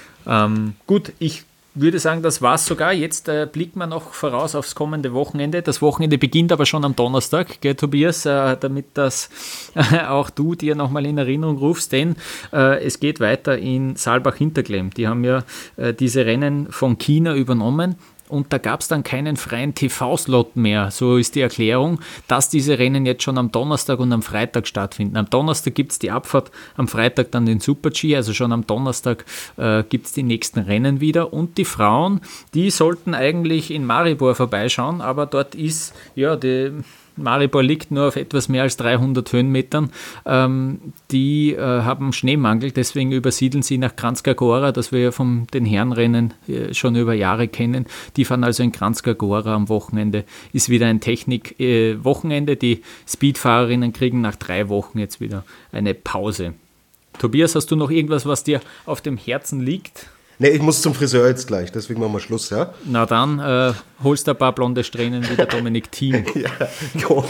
Ähm, gut, ich würde sagen, das war es sogar. Jetzt äh, blicken wir noch voraus aufs kommende Wochenende. Das Wochenende beginnt aber schon am Donnerstag, gell, Tobias, äh, damit das äh, auch du dir nochmal in Erinnerung rufst, denn äh, es geht weiter in Saalbach-Hinterklemm. Die haben ja äh, diese Rennen von China übernommen. Und da gab es dann keinen freien T V-Slot mehr, so ist die Erklärung, dass diese Rennen jetzt schon am Donnerstag und am Freitag stattfinden. Am Donnerstag gibt es die Abfahrt, am Freitag dann den Super-G, also schon am Donnerstag äh, gibt es die nächsten Rennen wieder. Und die Frauen, die sollten eigentlich in Maribor vorbeischauen, aber dort ist, ja, die Maribor liegt nur auf etwas mehr als dreihundert Höhenmetern. Ähm, die äh, haben Schneemangel, deswegen übersiedeln sie nach Kranjska Gora, das wir ja von den Herrenrennen äh, schon über Jahre kennen. Die fahren also in Kranjska Gora am Wochenende. Ist wieder ein Technik-Wochenende. Äh, die Speedfahrerinnen kriegen nach drei Wochen jetzt wieder eine Pause. Tobias, hast du noch irgendwas, was dir auf dem Herzen liegt? Nee, ich muss zum Friseur jetzt gleich, deswegen machen wir Schluss, ja? Na dann, äh, holst du ein paar blonde Strähnen wie der Dominik Thiem. Ja, jo.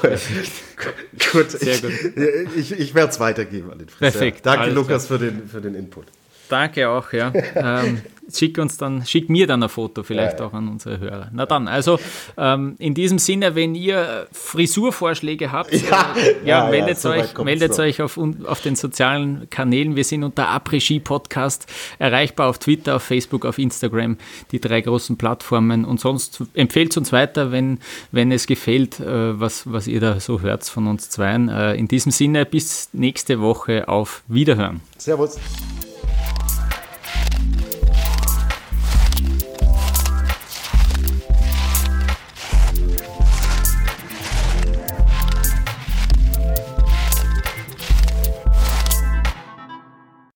Gut, sehr gut. Ich, ich, ich werde es weitergeben an den Friseur. Perfekt. Danke, Lukas, für den, für den Input. Danke auch, ja. ähm, schick uns dann, schick mir dann ein Foto, vielleicht ja, ja. auch an unsere Hörer. Na dann, also ähm, in diesem Sinne, wenn ihr Frisurvorschläge habt, ja, äh, ja, ja, meldet, ja, euch, so meldet euch auf, auf den sozialen Kanälen. Wir sind unter Après-Ski Podcast erreichbar auf Twitter, auf Facebook, auf Instagram, die drei großen Plattformen. Und sonst empfehlt uns weiter, wenn, wenn es gefällt, äh, was, was ihr da so hört von uns zweien. Äh, in diesem Sinne, bis nächste Woche, auf Wiederhören. Servus.